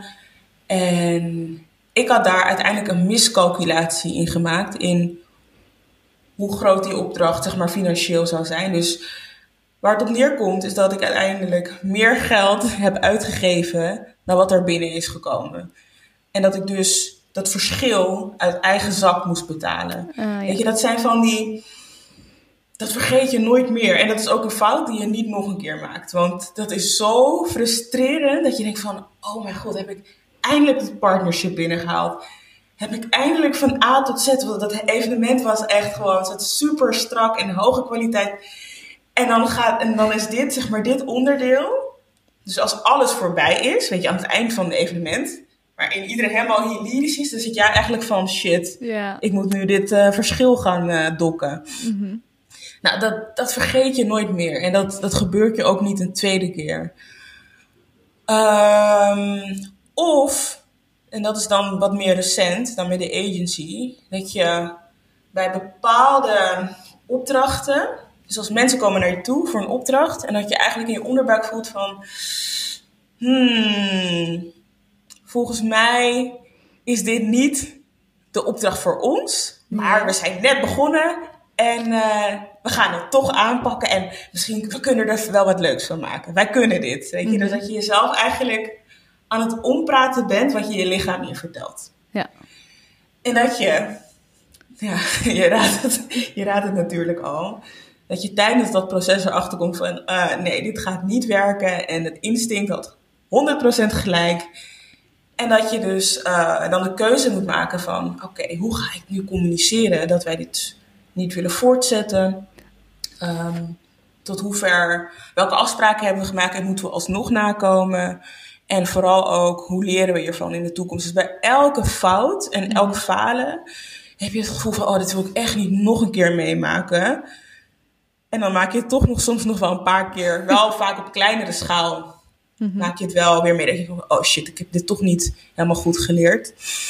En ik had daar uiteindelijk een miscalculatie in gemaakt in hoe groot die opdracht, zeg maar, financieel zou zijn. Dus waar het op neerkomt is dat ik uiteindelijk meer geld heb uitgegeven dan wat er binnen is gekomen. En dat ik dus dat verschil uit eigen zak moest betalen. Uh, ja. Weet je, dat zijn van die... Dat vergeet je nooit meer. En dat is ook een fout die je niet nog een keer maakt. Want dat is zo frustrerend dat je denkt van, oh mijn god, heb ik eindelijk het partnership binnengehaald. Heb ik eindelijk van A tot Z, want dat evenement was echt gewoon super strak en hoge kwaliteit. En dan, gaat, en dan is dit, zeg maar, dit onderdeel. Dus als alles voorbij is, weet je, aan het eind van het evenement, waarin iedereen helemaal lyrisch is, dan zit jij eigenlijk van, shit, yeah. ik moet nu dit uh, verschil gaan uh, dokken. Mm-hmm. Nou, dat, dat vergeet je nooit meer. En dat, dat gebeurt je ook niet een tweede keer. Um, of, en dat is dan wat meer recent dan met de agency, dat je bij bepaalde opdrachten, dus als mensen komen naar je toe voor een opdracht, en dat je eigenlijk in je onderbuik voelt van, hmm, volgens mij is dit niet de opdracht voor ons, maar we zijn net begonnen en uh, we gaan het toch aanpakken en misschien we kunnen er wel wat leuks van maken. Wij kunnen dit, weet je. Mm-hmm. Dus dat je jezelf eigenlijk aan het ompraten bent wat je je lichaam je vertelt. Ja. En dat je, ja, je raadt het, je raadt het natuurlijk al, dat je tijdens dat proces erachter komt van, uh, nee, dit gaat niet werken en het instinct had honderd procent gelijk. En dat je dus uh, dan de keuze moet maken van, oké, okay, hoe ga ik nu communiceren dat wij dit niet willen voortzetten? Um, tot hoever, welke afspraken hebben we gemaakt en moeten we alsnog nakomen? En vooral ook, hoe leren we hiervan in de toekomst? Dus bij elke fout en elk falen heb je het gevoel van, oh, dit wil ik echt niet nog een keer meemaken. En dan maak je het toch nog soms nog wel een paar keer, wel vaak op kleinere schaal, mm-hmm. maak je het wel weer mee. Dat je van, oh shit, ik heb dit toch niet helemaal goed geleerd.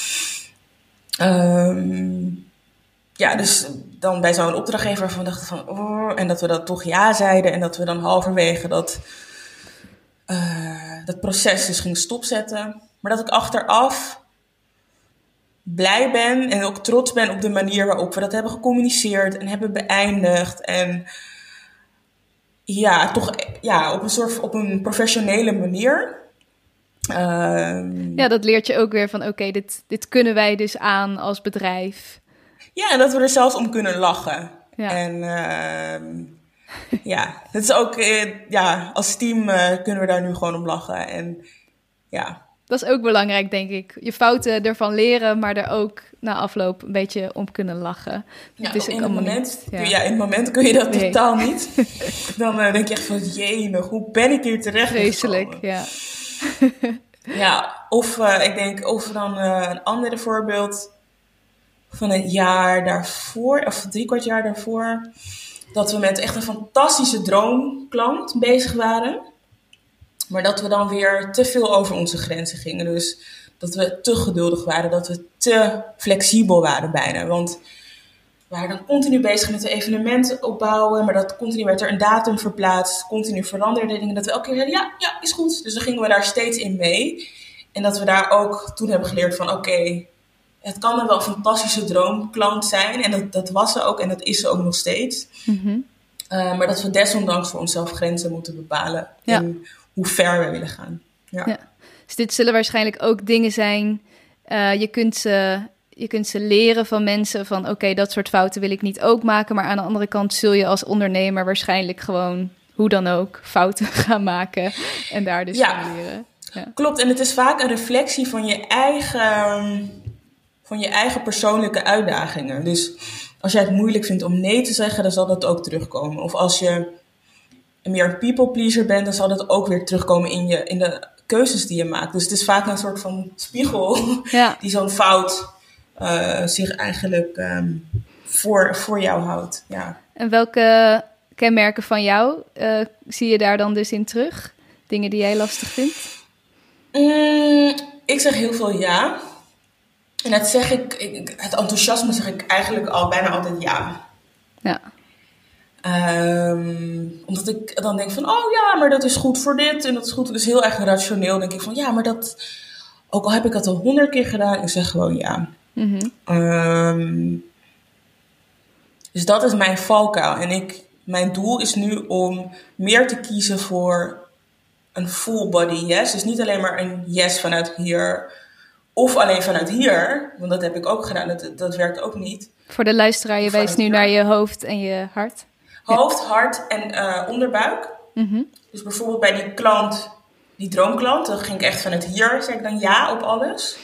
Um, ja, dus dan bij zo'n opdrachtgever waarvan we dachten van, oh, en dat we dan toch ja zeiden en dat we dan halverwege dat, uh, dat proces dus gingen stopzetten. Maar dat ik achteraf blij ben en ook trots ben op de manier waarop we dat hebben gecommuniceerd en hebben beëindigd. En ja, toch ja, op een soort op een professionele manier. Um, ja, dat leert je ook weer van, oké, okay, dit, dit kunnen wij dus aan als bedrijf. Ja, en dat we er zelfs om kunnen lachen. Ja. En uh, ja, het is ook, uh, ja, als team uh, kunnen we daar nu gewoon om lachen. En ja. Dat is ook belangrijk, denk ik. Je fouten ervan leren, maar er ook na afloop een beetje om kunnen lachen. Ja, is in, het moment, niet, ja. ja, in het moment kun je dat nee. totaal niet. Dan uh, denk je echt van, jee, hoe ben ik hier terecht Vreselijk, ja. Ja, of uh, ik denk, of dan uh, een ander voorbeeld van een jaar daarvoor, of drie kwart jaar daarvoor, dat we met echt een fantastische droomklant bezig waren. Maar dat we dan weer te veel over onze grenzen gingen. Dus dat we te geduldig waren, dat we te flexibel waren bijna. Want we waren dan continu bezig met de evenementen opbouwen, maar dat continu werd er een datum verplaatst, continu veranderden dingen. Dat we elke keer zeiden, ja, ja, is goed. Dus dan gingen we daar steeds in mee. En dat we daar ook toen hebben geleerd van, oké, okay, het kan dan wel een fantastische droomklant zijn. En dat, dat was ze ook en dat is ze ook nog steeds. Mm-hmm. Uh, maar dat we desondanks voor onszelf grenzen moeten bepalen. Ja. In hoe ver we willen gaan. Ja. Ja. Dus dit zullen waarschijnlijk ook dingen zijn. Uh, je kunt ze... Je kunt ze leren van mensen van... oké, okay, dat soort fouten wil ik niet ook maken. Maar aan de andere kant zul je als ondernemer waarschijnlijk gewoon... hoe dan ook, fouten gaan maken. En daar dus ja, van leren. Ja, klopt. En het is vaak een reflectie van je eigen... van je eigen persoonlijke uitdagingen. Dus als jij het moeilijk vindt om nee te zeggen... dan zal dat ook terugkomen. Of als je meer een people pleaser bent... dan zal dat ook weer terugkomen in, je, in de keuzes die je maakt. Dus het is vaak een soort van spiegel... Ja. die zo'n fout... Uh, zich eigenlijk um, voor, voor jou houdt. Ja. En welke kenmerken van jou uh, zie je daar dan dus in terug? Dingen die jij lastig vindt? Mm, ik zeg heel veel ja. En dat zeg ik, ik, het enthousiasme zeg ik eigenlijk al bijna altijd ja. Ja. Um, omdat ik dan denk van, oh ja, maar dat is goed voor dit en dat is goed. Dus heel erg rationeel denk ik van, ja, maar dat... Ook al heb ik dat al honderd keer gedaan, ik zeg gewoon ja. Mm-hmm. Um, dus dat is mijn valkuil. En ik, mijn doel is nu om meer te kiezen voor een full body yes. Dus niet alleen maar een yes vanuit hier of alleen vanuit hier. Want dat heb ik ook gedaan. Dat, dat werkt ook niet. Voor de luisteraar, je wijst nu hier naar je hoofd en je hart. Hoofd, hart en uh, onderbuik. Mm-hmm. Dus bijvoorbeeld bij die klant, die droomklant, dan ging ik echt vanuit hier, zeg ik dan ja op alles.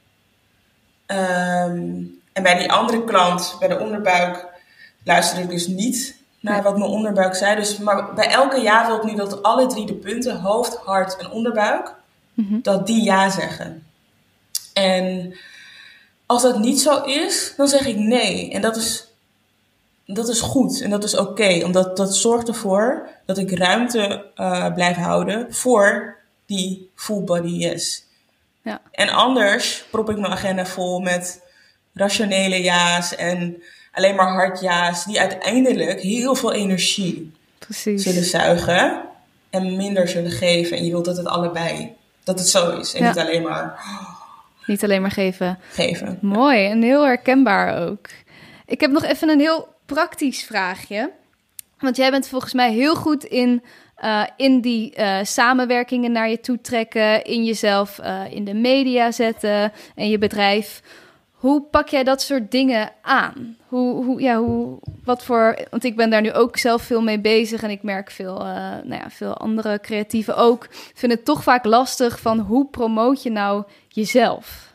Um, en bij die andere klant, bij de onderbuik, luisterde ik dus niet naar ja. wat mijn onderbuik zei. Dus, maar bij elke ja wil ik nu dat alle drie de punten, hoofd, hart en onderbuik, mm-hmm. dat die ja zeggen. En als dat niet zo is, dan zeg ik nee. En dat is, dat is goed en dat is oké. Okay, omdat dat zorgt ervoor dat ik ruimte uh, blijf houden voor die full body yes. Ja. En anders prop ik mijn agenda vol met rationele ja's en alleen maar hardja's die uiteindelijk heel veel energie Precies. zullen zuigen en minder zullen geven. En je wilt dat het allebei, dat het zo is en ja. niet alleen maar... Niet alleen maar geven. Geven. Mooi en heel herkenbaar ook. Ik heb nog even een heel praktisch vraagje. Want jij bent volgens mij heel goed in... Uh, in die uh, samenwerkingen naar je toe trekken, in jezelf uh, in de media zetten en je bedrijf. Hoe pak jij dat soort dingen aan? Hoe, hoe, ja, hoe, wat voor, want ik ben daar nu ook zelf veel mee bezig en ik merk veel, uh, nou ja, veel andere creatieven ook. Vind het toch vaak lastig van hoe promoot je nou jezelf?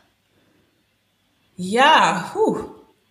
Ja, oeh.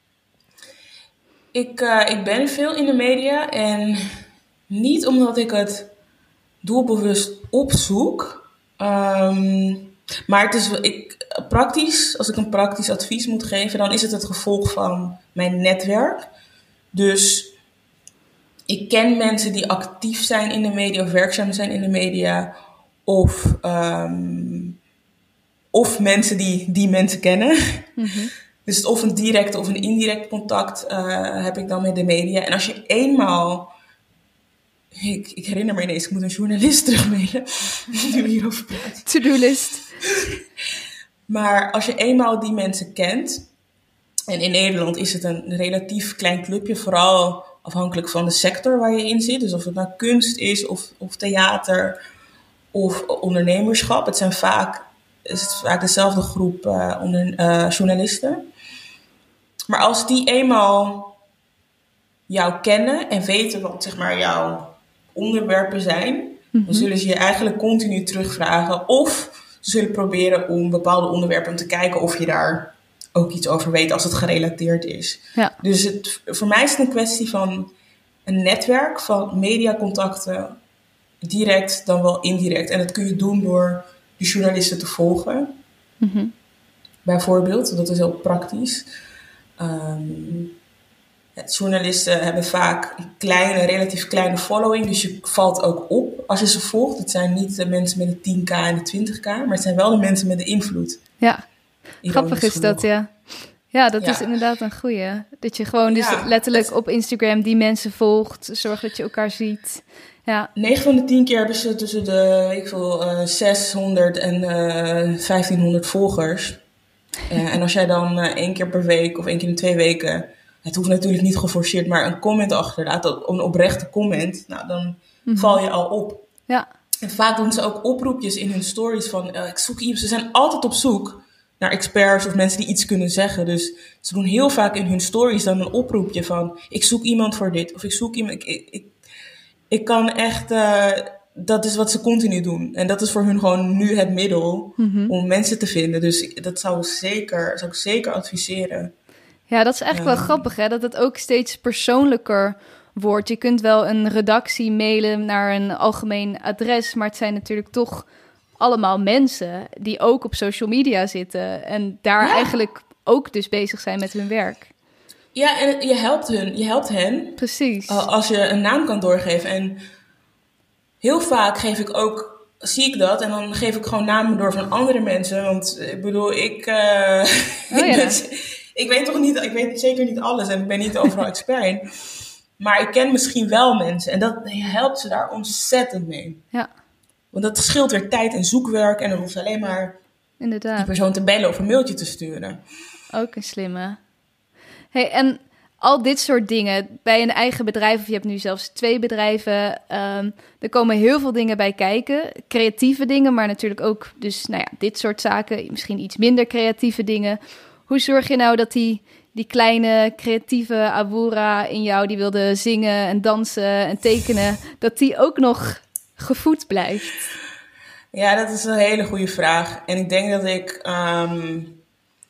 Ik, uh, ik ben veel in de media en niet omdat ik het doelbewust opzoek. Um, maar het is ik, praktisch, als ik een praktisch advies moet geven, dan is het het gevolg van mijn netwerk. Dus ik ken mensen die actief zijn in de media of werkzaam zijn in de media. Of, um, of mensen die die mensen kennen. Mm-hmm. Dus of een direct of een indirect contact uh, heb ik dan met de media. En als je eenmaal... Ik, ik herinner me ineens, ik moet een journalist terugmailen. Nu we hierover praten. To-do-list. Maar als je eenmaal die mensen kent... En in Nederland is het een relatief klein clubje. Vooral afhankelijk van de sector waar je in zit. Dus of het nou kunst is, of, of theater, of ondernemerschap. Het zijn vaak, het is vaak dezelfde groep uh, onder, uh, journalisten. Maar als die eenmaal jou kennen en weten wat zeg maar jouw onderwerpen zijn, mm-hmm. dan zullen ze je eigenlijk continu terugvragen of ze zullen proberen om bepaalde onderwerpen om te kijken of je daar ook iets over weet als het gerelateerd is. Ja. Dus het, voor mij is het een kwestie van een netwerk van mediacontacten, direct dan wel indirect. En dat kun je doen door de journalisten te volgen. Mm-hmm. Bijvoorbeeld, dat is heel praktisch. Um, Journalisten hebben vaak een kleine, relatief kleine following. Dus je valt ook op als je ze volgt. Het zijn niet de mensen met de tien k en de twintig k. Maar het zijn wel de mensen met de invloed. Ja, grappig is dat, ja. Ja, dat ja. is inderdaad een goeie. Dat je gewoon dus ja, letterlijk het... op Instagram die mensen volgt. Zorg dat je elkaar ziet. Ja. negen van de tien keer hebben ze tussen de ik wil, uh, zeshonderd en uh, vijftienhonderd volgers. Uh, en als jij dan uh, één keer per week of één keer in twee weken, het hoeft natuurlijk niet geforceerd, maar een comment achterlaat, een oprechte comment, nou dan mm-hmm. val je al op. Ja. En vaak doen ze ook oproepjes in hun stories van, uh, ik zoek iemand. Ze zijn altijd op zoek naar experts of mensen die iets kunnen zeggen. Dus ze doen heel vaak in hun stories dan een oproepje van, ik zoek iemand voor dit. Of ik zoek iemand, ik, ik, ik, ik kan echt, uh, dat is wat ze continu doen. En dat is voor hun gewoon nu het middel mm-hmm. om mensen te vinden. Dus ik, dat zou, zeker, zou ik zeker adviseren. Ja, dat is eigenlijk um, wel grappig, hè? Dat het ook steeds persoonlijker wordt. Je kunt wel een redactie mailen naar een algemeen adres, maar het zijn natuurlijk toch allemaal mensen die ook op social media zitten en daar ja. eigenlijk ook dus bezig zijn met hun werk. Ja, en je helpt hun, je helpt hen. Precies. Als je een naam kan doorgeven. En heel vaak geef ik ook, zie ik dat, en dan geef ik gewoon namen door van andere mensen. Want ik bedoel, ik, uh, oh, ik, ja. ben, ik weet toch niet, ik weet zeker niet alles en ik ben niet overal expert in. Maar ik ken misschien wel mensen en dat helpt ze daar ontzettend mee. Ja. Want dat scheelt weer tijd en zoekwerk en dan hoeft ze alleen maar Inderdaad. die persoon te bellen of een mailtje te sturen. Ook een slimme. Hey, en al dit soort dingen bij een eigen bedrijf, of je hebt nu zelfs twee bedrijven, um, er komen heel veel dingen bij kijken. Creatieve dingen, maar natuurlijk ook dus, nou ja, dit soort zaken, misschien iets minder creatieve dingen. Hoe zorg je nou dat die, die kleine creatieve Awoora in jou, die wilde zingen en dansen en tekenen, dat die ook nog gevoed blijft? Ja, dat is een hele goede vraag. En ik denk dat ik um,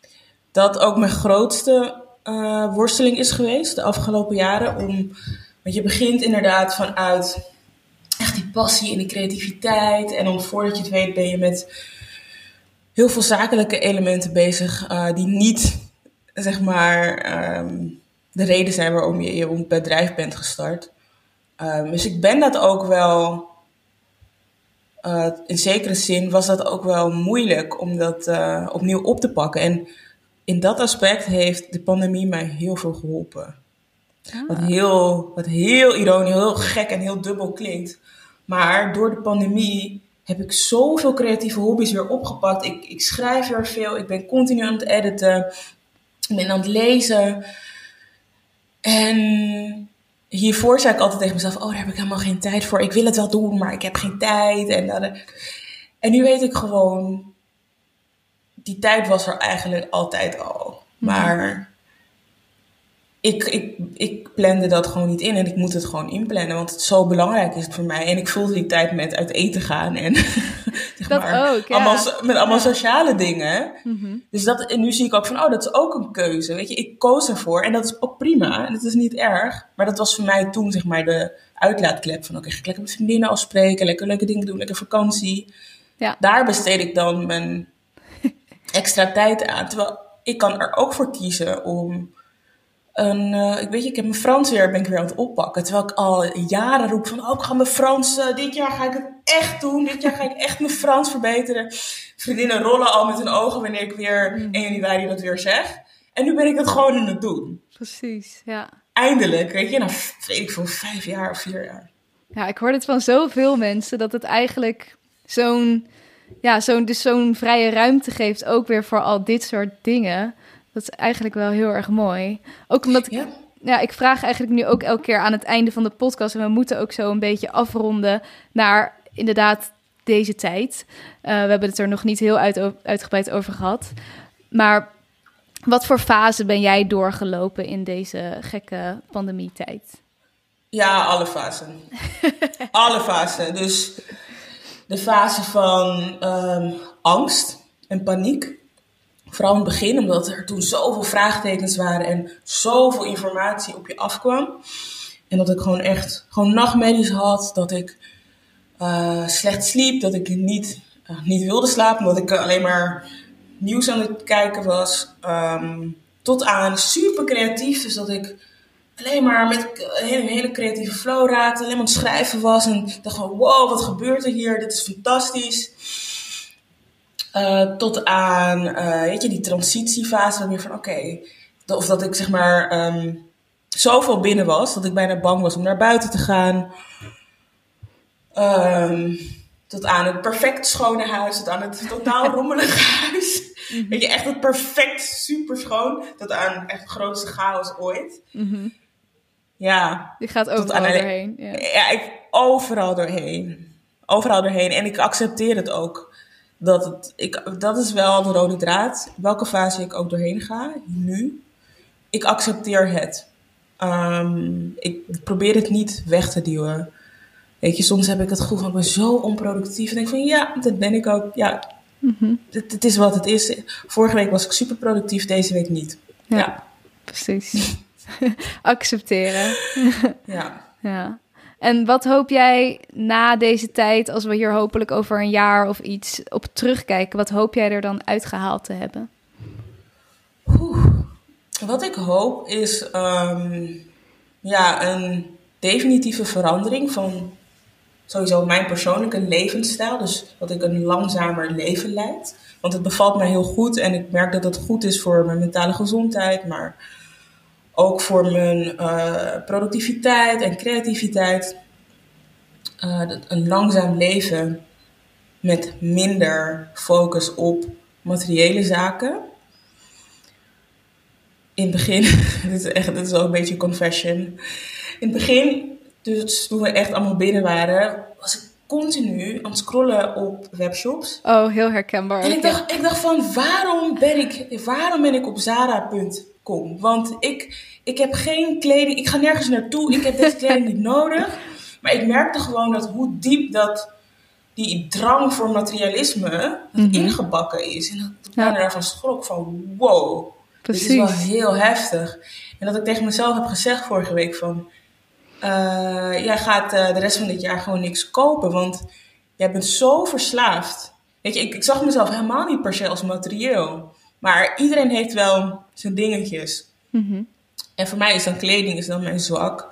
dat ook mijn grootste uh, worsteling is geweest de afgelopen jaren. Om, want je begint inderdaad vanuit echt die passie en die creativiteit. En dan voordat je het weet ben je met heel veel zakelijke elementen bezig uh, die niet, zeg maar, um, de reden zijn waarom je je bedrijf bent gestart. Um, dus ik ben dat ook wel. Uh, in zekere zin was dat ook wel moeilijk om dat uh, opnieuw op te pakken. En in dat aspect heeft de pandemie mij heel veel geholpen. Ah. Wat, heel, wat heel ironisch, heel gek en heel dubbel klinkt. Maar door de pandemie heb ik zoveel creatieve hobby's weer opgepakt. Ik, ik schrijf weer veel, ik ben continu aan het editen. Ik ben aan het lezen. En hiervoor zei ik altijd tegen mezelf, oh, daar heb ik helemaal geen tijd voor. Ik wil het wel doen, maar ik heb geen tijd. En, uh, en nu weet ik gewoon, die tijd was er eigenlijk altijd al. Maar ik, ik, ik plande dat gewoon niet in en ik moet het gewoon inplannen. Want het zo belangrijk is het voor mij. En ik vulde die tijd met uit eten gaan en zeg dat maar, ook, ja. allemaal, met allemaal ja. sociale dingen. Mm-hmm. Dus dat, en nu zie ik ook van, oh, dat is ook een keuze. Weet je, ik koos ervoor en dat is ook prima. En dat is niet erg. Maar dat was voor mij toen, zeg maar, de uitlaatklep van, oké, okay, ga ik lekker met vriendinnen afspreken, lekker leuke dingen doen, lekker vakantie. Ja. Daar besteed ik dan mijn extra tijd aan. Terwijl ik kan er ook voor kiezen om een, uh, ik weet je, ik heb mijn Frans weer, ben ik weer aan het oppakken. Terwijl ik al jaren roep van, oh, ik ga mijn Frans, uh, dit jaar ga ik het echt doen. Dit jaar ga ik echt mijn Frans verbeteren. Vriendinnen rollen al met hun ogen wanneer ik weer mm. één januari dat weer zeg. En nu ben ik het gewoon aan het doen. Precies, ja. Eindelijk, weet je, nou, weet ik veel, vijf jaar of vier jaar. Ja, ik hoor dit van zoveel mensen, dat het eigenlijk zo'n, ja, zo'n, dus zo'n vrije ruimte geeft, ook weer voor al dit soort dingen. Dat is eigenlijk wel heel erg mooi. Ook omdat ik, ja. Ja, ik vraag eigenlijk nu ook elke keer aan het einde van de podcast, en we moeten ook zo een beetje afronden naar inderdaad deze tijd. Uh, we hebben het er nog niet heel uit, uitgebreid over gehad. Maar wat voor fase ben jij doorgelopen in deze gekke pandemietijd? Ja, alle fasen. alle fasen. Dus de fase van um, angst en paniek. Vooral in het begin, omdat er toen zoveel vraagtekens waren en zoveel informatie op je afkwam. En dat ik gewoon echt gewoon nachtmerries had, dat ik uh, slecht sliep, dat ik niet, uh, niet wilde slapen, omdat ik alleen maar nieuws aan het kijken was. Um, tot aan super creatief, dus dat ik alleen maar met een hele, hele creatieve flow raakte, alleen maar aan het schrijven was. En dacht gewoon, wow, wat gebeurt er hier? Dit is fantastisch. Uh, tot aan, uh, weet je, die transitiefase, waar weer van, oké, okay, of dat ik zeg maar um, zoveel binnen was, dat ik bijna bang was om naar buiten te gaan. Um, tot aan het perfect schone huis, tot aan het totaal rommelige huis. Mm-hmm. Weet je, echt het perfect, super schoon. Tot aan echt de grootste chaos ooit. Mm-hmm. Ja. Die gaat overal aan, doorheen. Ja, ja ik, overal doorheen. Overal doorheen. En ik accepteer het ook. Dat, het, ik, dat is wel de rode draad. Welke fase ik ook doorheen ga, nu. Ik accepteer het. Um, ik probeer het niet weg te duwen. Weet je, soms heb ik het gevoel van ik ben zo onproductief. En denk van ja, dat ben ik ook. Ja, mm-hmm. het, het is wat het is. Vorige week was ik super productief, deze week niet. Ja, ja. precies. Accepteren. ja. ja. En wat hoop jij na deze tijd, als we hier hopelijk over een jaar of iets op terugkijken, wat hoop jij er dan uitgehaald te hebben? Oeh. Wat ik hoop is um, ja, een definitieve verandering van sowieso mijn persoonlijke levensstijl. Dus dat ik een langzamer leven leid. Want het bevalt mij heel goed en ik merk dat het goed is voor mijn mentale gezondheid, maar ook voor mijn uh, productiviteit en creativiteit. Uh, een langzaam leven met minder focus op materiële zaken. In het begin, dit is, echt, dit is ook een beetje een confession. In het begin, dus toen we echt allemaal binnen waren, was ik continu aan het scrollen op webshops. Oh, heel herkenbaar. En ik dacht, ik dacht van, waarom ben ik, waarom ben ik op zara punt com? Want ik, ik heb geen kleding, ik ga nergens naartoe, ik heb deze kleding niet nodig. Maar ik merkte gewoon dat hoe diep dat die drang voor materialisme mm-hmm. ingebakken is. En dat ik ja. bijna daarvan schrok van, wow. Precies. Dit is wel heel heftig. En dat ik tegen mezelf heb gezegd vorige week van... Uh, jij gaat uh, de rest van dit jaar gewoon niks kopen. Want jij bent zo verslaafd. Weet je, ik, ik zag mezelf helemaal niet per se als materieel. Maar iedereen heeft wel zijn dingetjes. Mm-hmm. En voor mij is dan kleding is dan mijn zwak.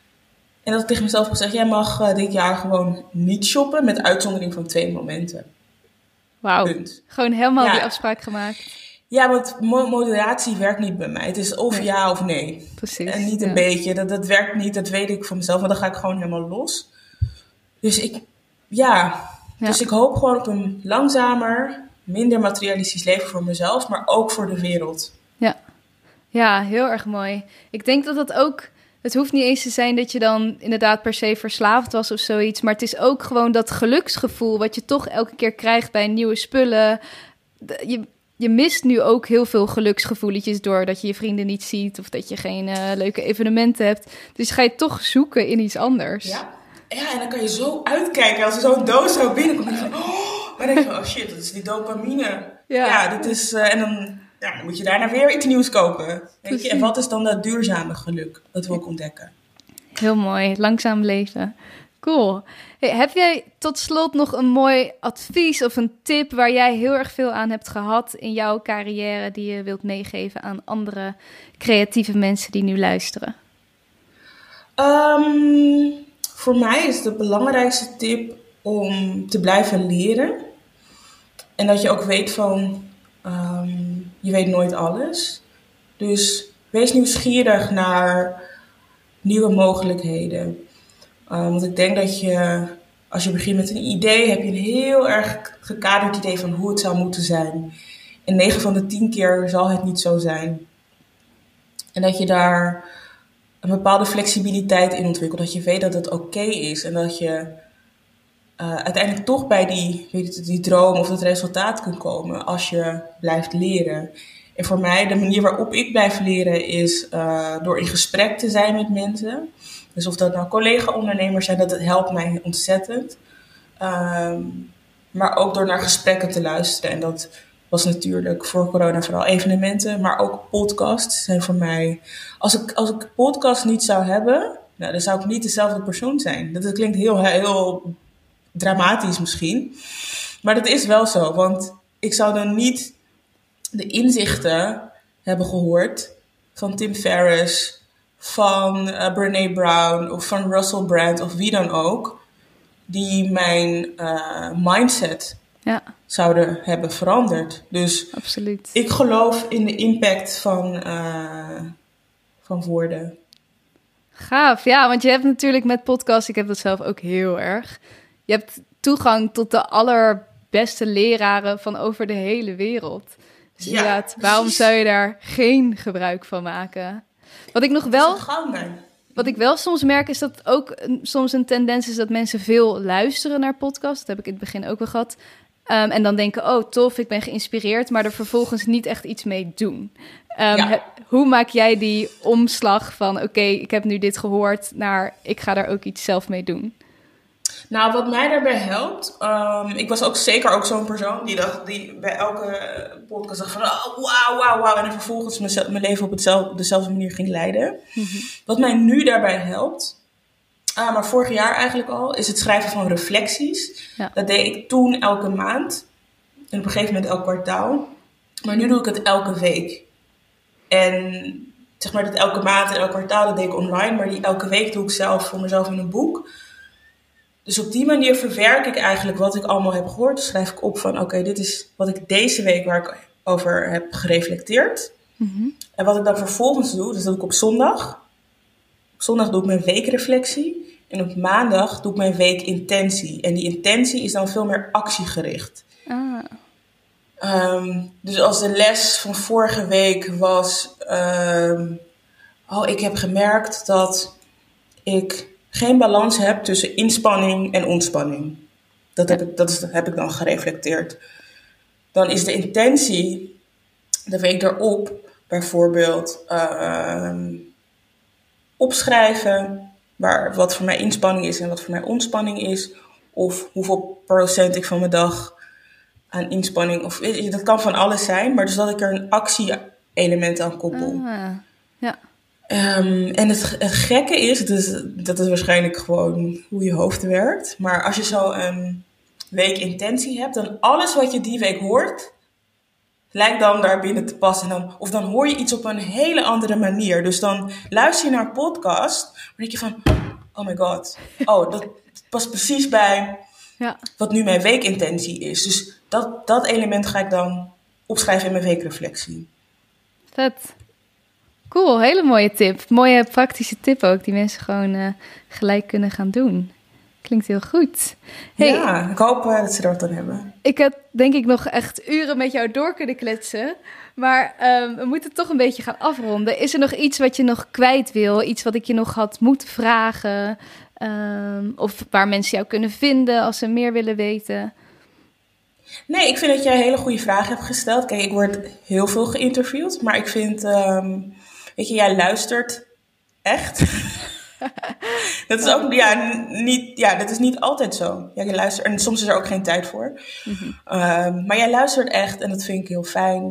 En dat ik tegen mezelf heb gezegd... Jij mag uh, dit jaar gewoon niet shoppen. Met uitzondering van twee momenten. Wauw. Gewoon helemaal ja. die afspraak gemaakt. Ja, want moderatie werkt niet bij mij. Het is of nee. ja of nee. Precies. En niet een ja. beetje. Dat, dat werkt niet, dat weet ik van mezelf. Maar dan ga ik gewoon helemaal los. Dus ik, ja. ja. Dus ik hoop gewoon op een langzamer, minder materialistisch leven voor mezelf. Maar ook voor de wereld. Ja, ja, heel erg mooi. Ik denk dat dat ook... Het hoeft niet eens te zijn dat je dan inderdaad per se verslaafd was of zoiets. Maar het is ook gewoon dat geluksgevoel wat je toch elke keer krijgt bij nieuwe spullen. Je... Je mist nu ook heel veel geluksgevoeletjes doordat je je vrienden niet ziet of dat je geen uh, leuke evenementen hebt. Dus ga je toch zoeken in iets anders. Ja, ja en dan kan je zo uitkijken als er zo'n doos zo binnenkomt. En van, oh, maar dan denk je, oh shit, dat is die dopamine. Ja, ja dit is, uh, en dan, ja, dan moet je daarna weer iets nieuws kopen. Weet je? En wat is dan dat duurzame geluk? Dat wil ik ontdekken. Heel mooi, langzaam leven. Cool. Hey, heb jij tot slot nog een mooi advies of een tip waar jij heel erg veel aan hebt gehad in jouw carrière die je wilt meegeven aan andere creatieve mensen die nu luisteren? Um, voor mij is de belangrijkste tip om te blijven leren. En dat je ook weet van, um, je weet nooit alles. Dus wees nieuwsgierig naar nieuwe mogelijkheden. Uh, want ik denk dat je, als je begint met een idee, heb je een heel erg gekaderd idee van hoe het zou moeten zijn. En negen van de tien keer zal het niet zo zijn. En dat je daar een bepaalde flexibiliteit in ontwikkelt. Dat je weet dat het oké okay is. En dat je uh, uiteindelijk toch bij die, weet je, die droom of dat resultaat kunt komen als je blijft leren. En voor mij, de manier waarop ik blijf leren is uh, door in gesprek te zijn met mensen. Dus of dat nou collega-ondernemers zijn, dat het helpt mij ontzettend. Um, maar ook door naar gesprekken te luisteren. En dat was natuurlijk voor corona vooral evenementen, maar ook podcasts zijn voor mij... Als ik, als ik podcast niet zou hebben, nou, dan zou ik niet dezelfde persoon zijn. Dat, dat klinkt heel, heel dramatisch misschien. Maar dat is wel zo, want ik zou dan niet de inzichten hebben gehoord van Tim Ferriss, van uh, Brené Brown of van Russell Brand of wie dan ook, die mijn uh, mindset ja. zouden hebben veranderd. Dus absoluut. Ik geloof in de impact van, uh, van woorden. Gaaf, ja, want je hebt natuurlijk met podcast, ik heb dat zelf ook heel erg, je hebt toegang tot de allerbeste leraren van over de hele wereld. Dus ja, inderdaad, waarom zou je daar geen gebruik van maken? Wat ik nog wel... Wat ik wel soms merk is dat ook soms een tendens is dat mensen veel luisteren naar podcasts. Dat heb ik in het begin ook wel gehad. Um, en dan denken, oh tof, ik ben geïnspireerd, maar er vervolgens niet echt iets mee doen. Um, ja. he, hoe maak jij die omslag van, oké, okay, ik heb nu dit gehoord, naar ik ga daar ook iets zelf mee doen? Nou, wat mij daarbij helpt, um, ik was ook zeker ook zo'n persoon die, dacht, die bij elke podcast dacht van, oh, wauw, wauw, wauw, en dan vervolgens mijn, mijn leven op, hetzelfde, op dezelfde manier ging leiden. Mm-hmm. Wat mij nu daarbij helpt, Uh, maar vorig jaar eigenlijk al, is het schrijven van reflecties. Ja. Dat deed ik toen elke maand. En op een gegeven moment elk kwartaal. Maar nu doe ik het elke week. En zeg maar dat elke maand en elk kwartaal, dat deed ik online. Maar die elke week doe ik zelf voor mezelf in een boek. Dus op die manier verwerk ik eigenlijk wat ik allemaal heb gehoord. Dus schrijf ik op van, oké, okay, dit is wat ik deze week waar ik over heb gereflecteerd. Mm-hmm. En wat ik dan vervolgens doe, dus dat doe ik op zondag. Op zondag doe ik mijn weekreflectie. En op maandag doe ik mijn weekintentie. En die intentie is dan veel meer actiegericht. Ah. Um, dus als de les van vorige week was... Um, oh, ik heb gemerkt dat ik geen balans heb tussen inspanning en ontspanning. Dat heb ik, dat is, heb ik dan gereflecteerd. Dan is de intentie de week erop bijvoorbeeld... Uh, opschrijven waar, wat voor mij inspanning is en wat voor mij ontspanning is. Of hoeveel procent ik van mijn dag aan inspanning... Of, dat kan van alles zijn, maar dus dat ik er een actie-element aan koppel. Ah, ja. Um, en het, het gekke is, dus, dat is waarschijnlijk gewoon hoe je hoofd werkt. Maar als je zo een week intentie hebt, dan alles wat je die week hoort... lijkt dan daar binnen te passen. En dan, of dan hoor je iets op een hele andere manier. Dus dan luister je naar een podcast. Dan denk je van, oh my god. Oh, dat past precies bij ja. wat nu mijn weekintentie is. Dus dat, dat element ga ik dan opschrijven in mijn weekreflectie. Vet. Cool, hele mooie tip. Mooie praktische tip ook. Die mensen gewoon uh, gelijk kunnen gaan doen. Klinkt heel goed. Hey, ja, ik hoop uh, dat ze er wat aan hebben. Ik heb denk ik nog echt uren met jou door kunnen kletsen. Maar um, we moeten toch een beetje gaan afronden. Is er nog iets wat je nog kwijt wil? Iets wat ik je nog had moeten vragen? Um, of waar mensen jou kunnen vinden als ze meer willen weten? Nee, ik vind dat jij een hele goede vragen hebt gesteld. Kijk, ik word heel veel geïnterviewd. Maar ik vind, um, weet je, jij luistert echt... dat is ook, ja, niet, ja, dat is niet altijd zo. Ja, je luistert, en soms is er ook geen tijd voor. Mm-hmm. Um, maar jij luistert echt en dat vind ik heel fijn.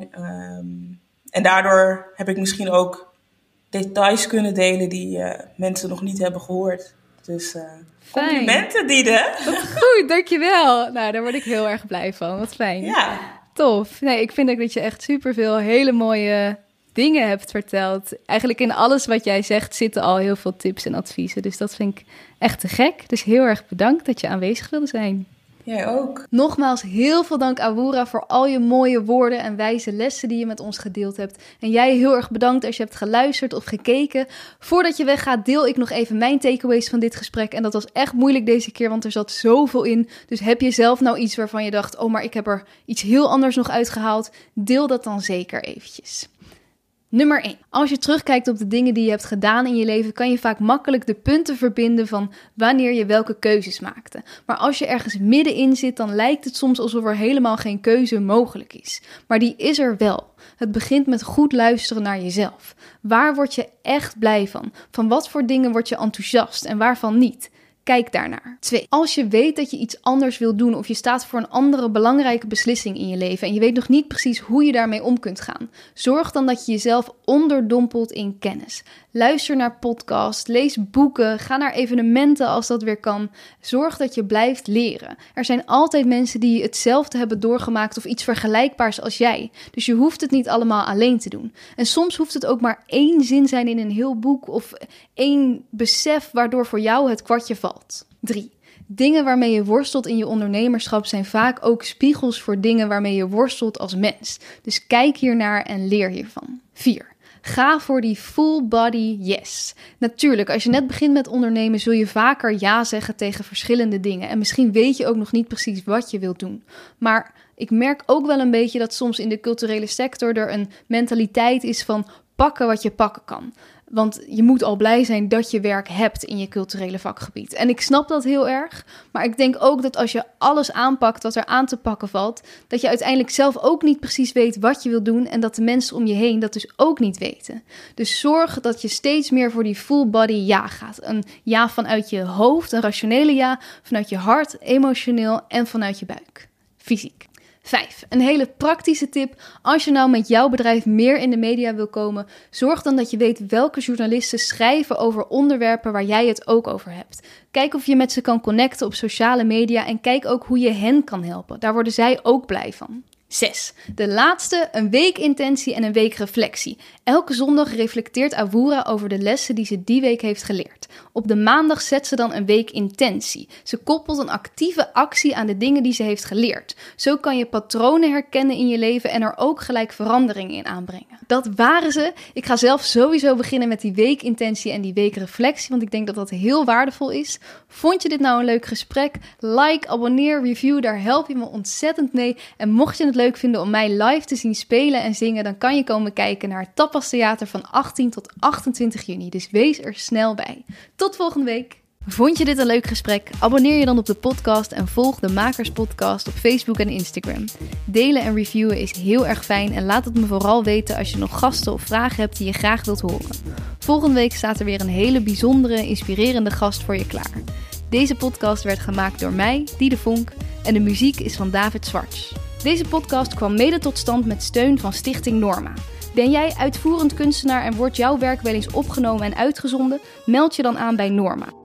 Um, en daardoor heb ik misschien ook details kunnen delen die uh, mensen nog niet hebben gehoord. Dus uh, complimenten, Diede. Wat goed, dankjewel. Nou, daar word ik heel erg blij van. Wat fijn. Ja. Tof. Nee, ik vind ook dat je echt superveel hele mooie... dingen hebt verteld. Eigenlijk in alles wat jij zegt zitten al heel veel tips en adviezen. Dus dat vind ik echt te gek. Dus heel erg bedankt dat je aanwezig wilde zijn. Jij ook. Nogmaals heel veel dank Awoura voor al je mooie woorden en wijze lessen die je met ons gedeeld hebt. En jij heel erg bedankt als je hebt geluisterd of gekeken. Voordat je weggaat deel ik nog even mijn takeaways van dit gesprek. En dat was echt moeilijk deze keer, want er zat zoveel in. Dus heb je zelf nou iets waarvan je dacht, oh maar ik heb er iets heel anders nog uitgehaald. Deel dat dan zeker eventjes. Nummer één. Als je terugkijkt op de dingen die je hebt gedaan in je leven, kan je vaak makkelijk de punten verbinden van wanneer je welke keuzes maakte. Maar als je ergens middenin zit, dan lijkt het soms alsof er helemaal geen keuze mogelijk is. Maar die is er wel. Het begint met goed luisteren naar jezelf. Waar word je echt blij van? Van wat voor dingen word je enthousiast en waarvan niet? Kijk daarnaar. twee. Als je weet dat je iets anders wil doen of je staat voor een andere belangrijke beslissing in je leven en je weet nog niet precies hoe je daarmee om kunt gaan, zorg dan dat je jezelf onderdompelt in kennis. Luister naar podcasts, lees boeken, ga naar evenementen als dat weer kan. Zorg dat je blijft leren. Er zijn altijd mensen die hetzelfde hebben doorgemaakt of iets vergelijkbaars als jij. Dus je hoeft het niet allemaal alleen te doen. En soms hoeft het ook maar één zin zijn in een heel boek of één besef waardoor voor jou het kwartje valt. drie. Dingen waarmee je worstelt in je ondernemerschap zijn vaak ook spiegels voor dingen waarmee je worstelt als mens. Dus kijk hiernaar en leer hiervan. vier. Ga voor die full body yes. Natuurlijk, als je net begint met ondernemen zul je vaker ja zeggen tegen verschillende dingen. En misschien weet je ook nog niet precies wat je wilt doen. Maar Ik merk ook wel een beetje dat soms in de culturele sector er een mentaliteit is van pakken wat je pakken kan. Want je moet al blij zijn dat je werk hebt in je culturele vakgebied. En ik snap dat heel erg. Maar ik denk ook dat als je alles aanpakt wat er aan te pakken valt, dat je uiteindelijk zelf ook niet precies weet wat je wil doen. En dat de mensen om je heen dat dus ook niet weten. Dus zorg dat je steeds meer voor die full body ja gaat. Een ja vanuit je hoofd, een rationele ja, vanuit je hart, emotioneel en vanuit je buik. Fysiek. Vijf. Een hele praktische tip. Als je nou met jouw bedrijf meer in de media wil komen, zorg dan dat je weet welke journalisten schrijven over onderwerpen waar jij het ook over hebt. Kijk of je met ze kan connecten op sociale media en kijk ook hoe je hen kan helpen. Daar worden zij ook blij van. Zes. De laatste, een weekintentie en een weekreflectie. Elke zondag reflecteert Awura over de lessen die ze die week heeft geleerd. Op de maandag zet ze dan een weekintentie. Ze koppelt een actieve actie aan de dingen die ze heeft geleerd. Zo kan je patronen herkennen in je leven en er ook gelijk verandering in aanbrengen. Dat waren ze. Ik ga zelf sowieso beginnen met die weekintentie en die weekreflectie, want ik denk dat dat heel waardevol is. Vond je dit nou een leuk gesprek? Like, abonneer, review, daar help je me ontzettend mee. En mocht je het leuk vinden om mij live te zien spelen en zingen, dan kan je komen kijken naar het Tapas Theater van achttien tot achtentwintig juni. Dus wees er snel bij. Tot volgende week. Vond je dit een leuk gesprek? Abonneer je dan op de podcast en volg de Makers Podcast op Facebook en Instagram. Delen en reviewen is heel erg fijn en laat het me vooral weten als je nog gasten of vragen hebt die je graag wilt horen. Volgende week staat er weer een hele bijzondere, inspirerende gast voor je klaar. Deze podcast werd gemaakt door mij, Diede Vonk, en de muziek is van David Zwarts. Deze podcast kwam mede tot stand met steun van Stichting Norma. Ben jij uitvoerend kunstenaar en wordt jouw werk wel eens opgenomen en uitgezonden? Meld je dan aan bij Norma.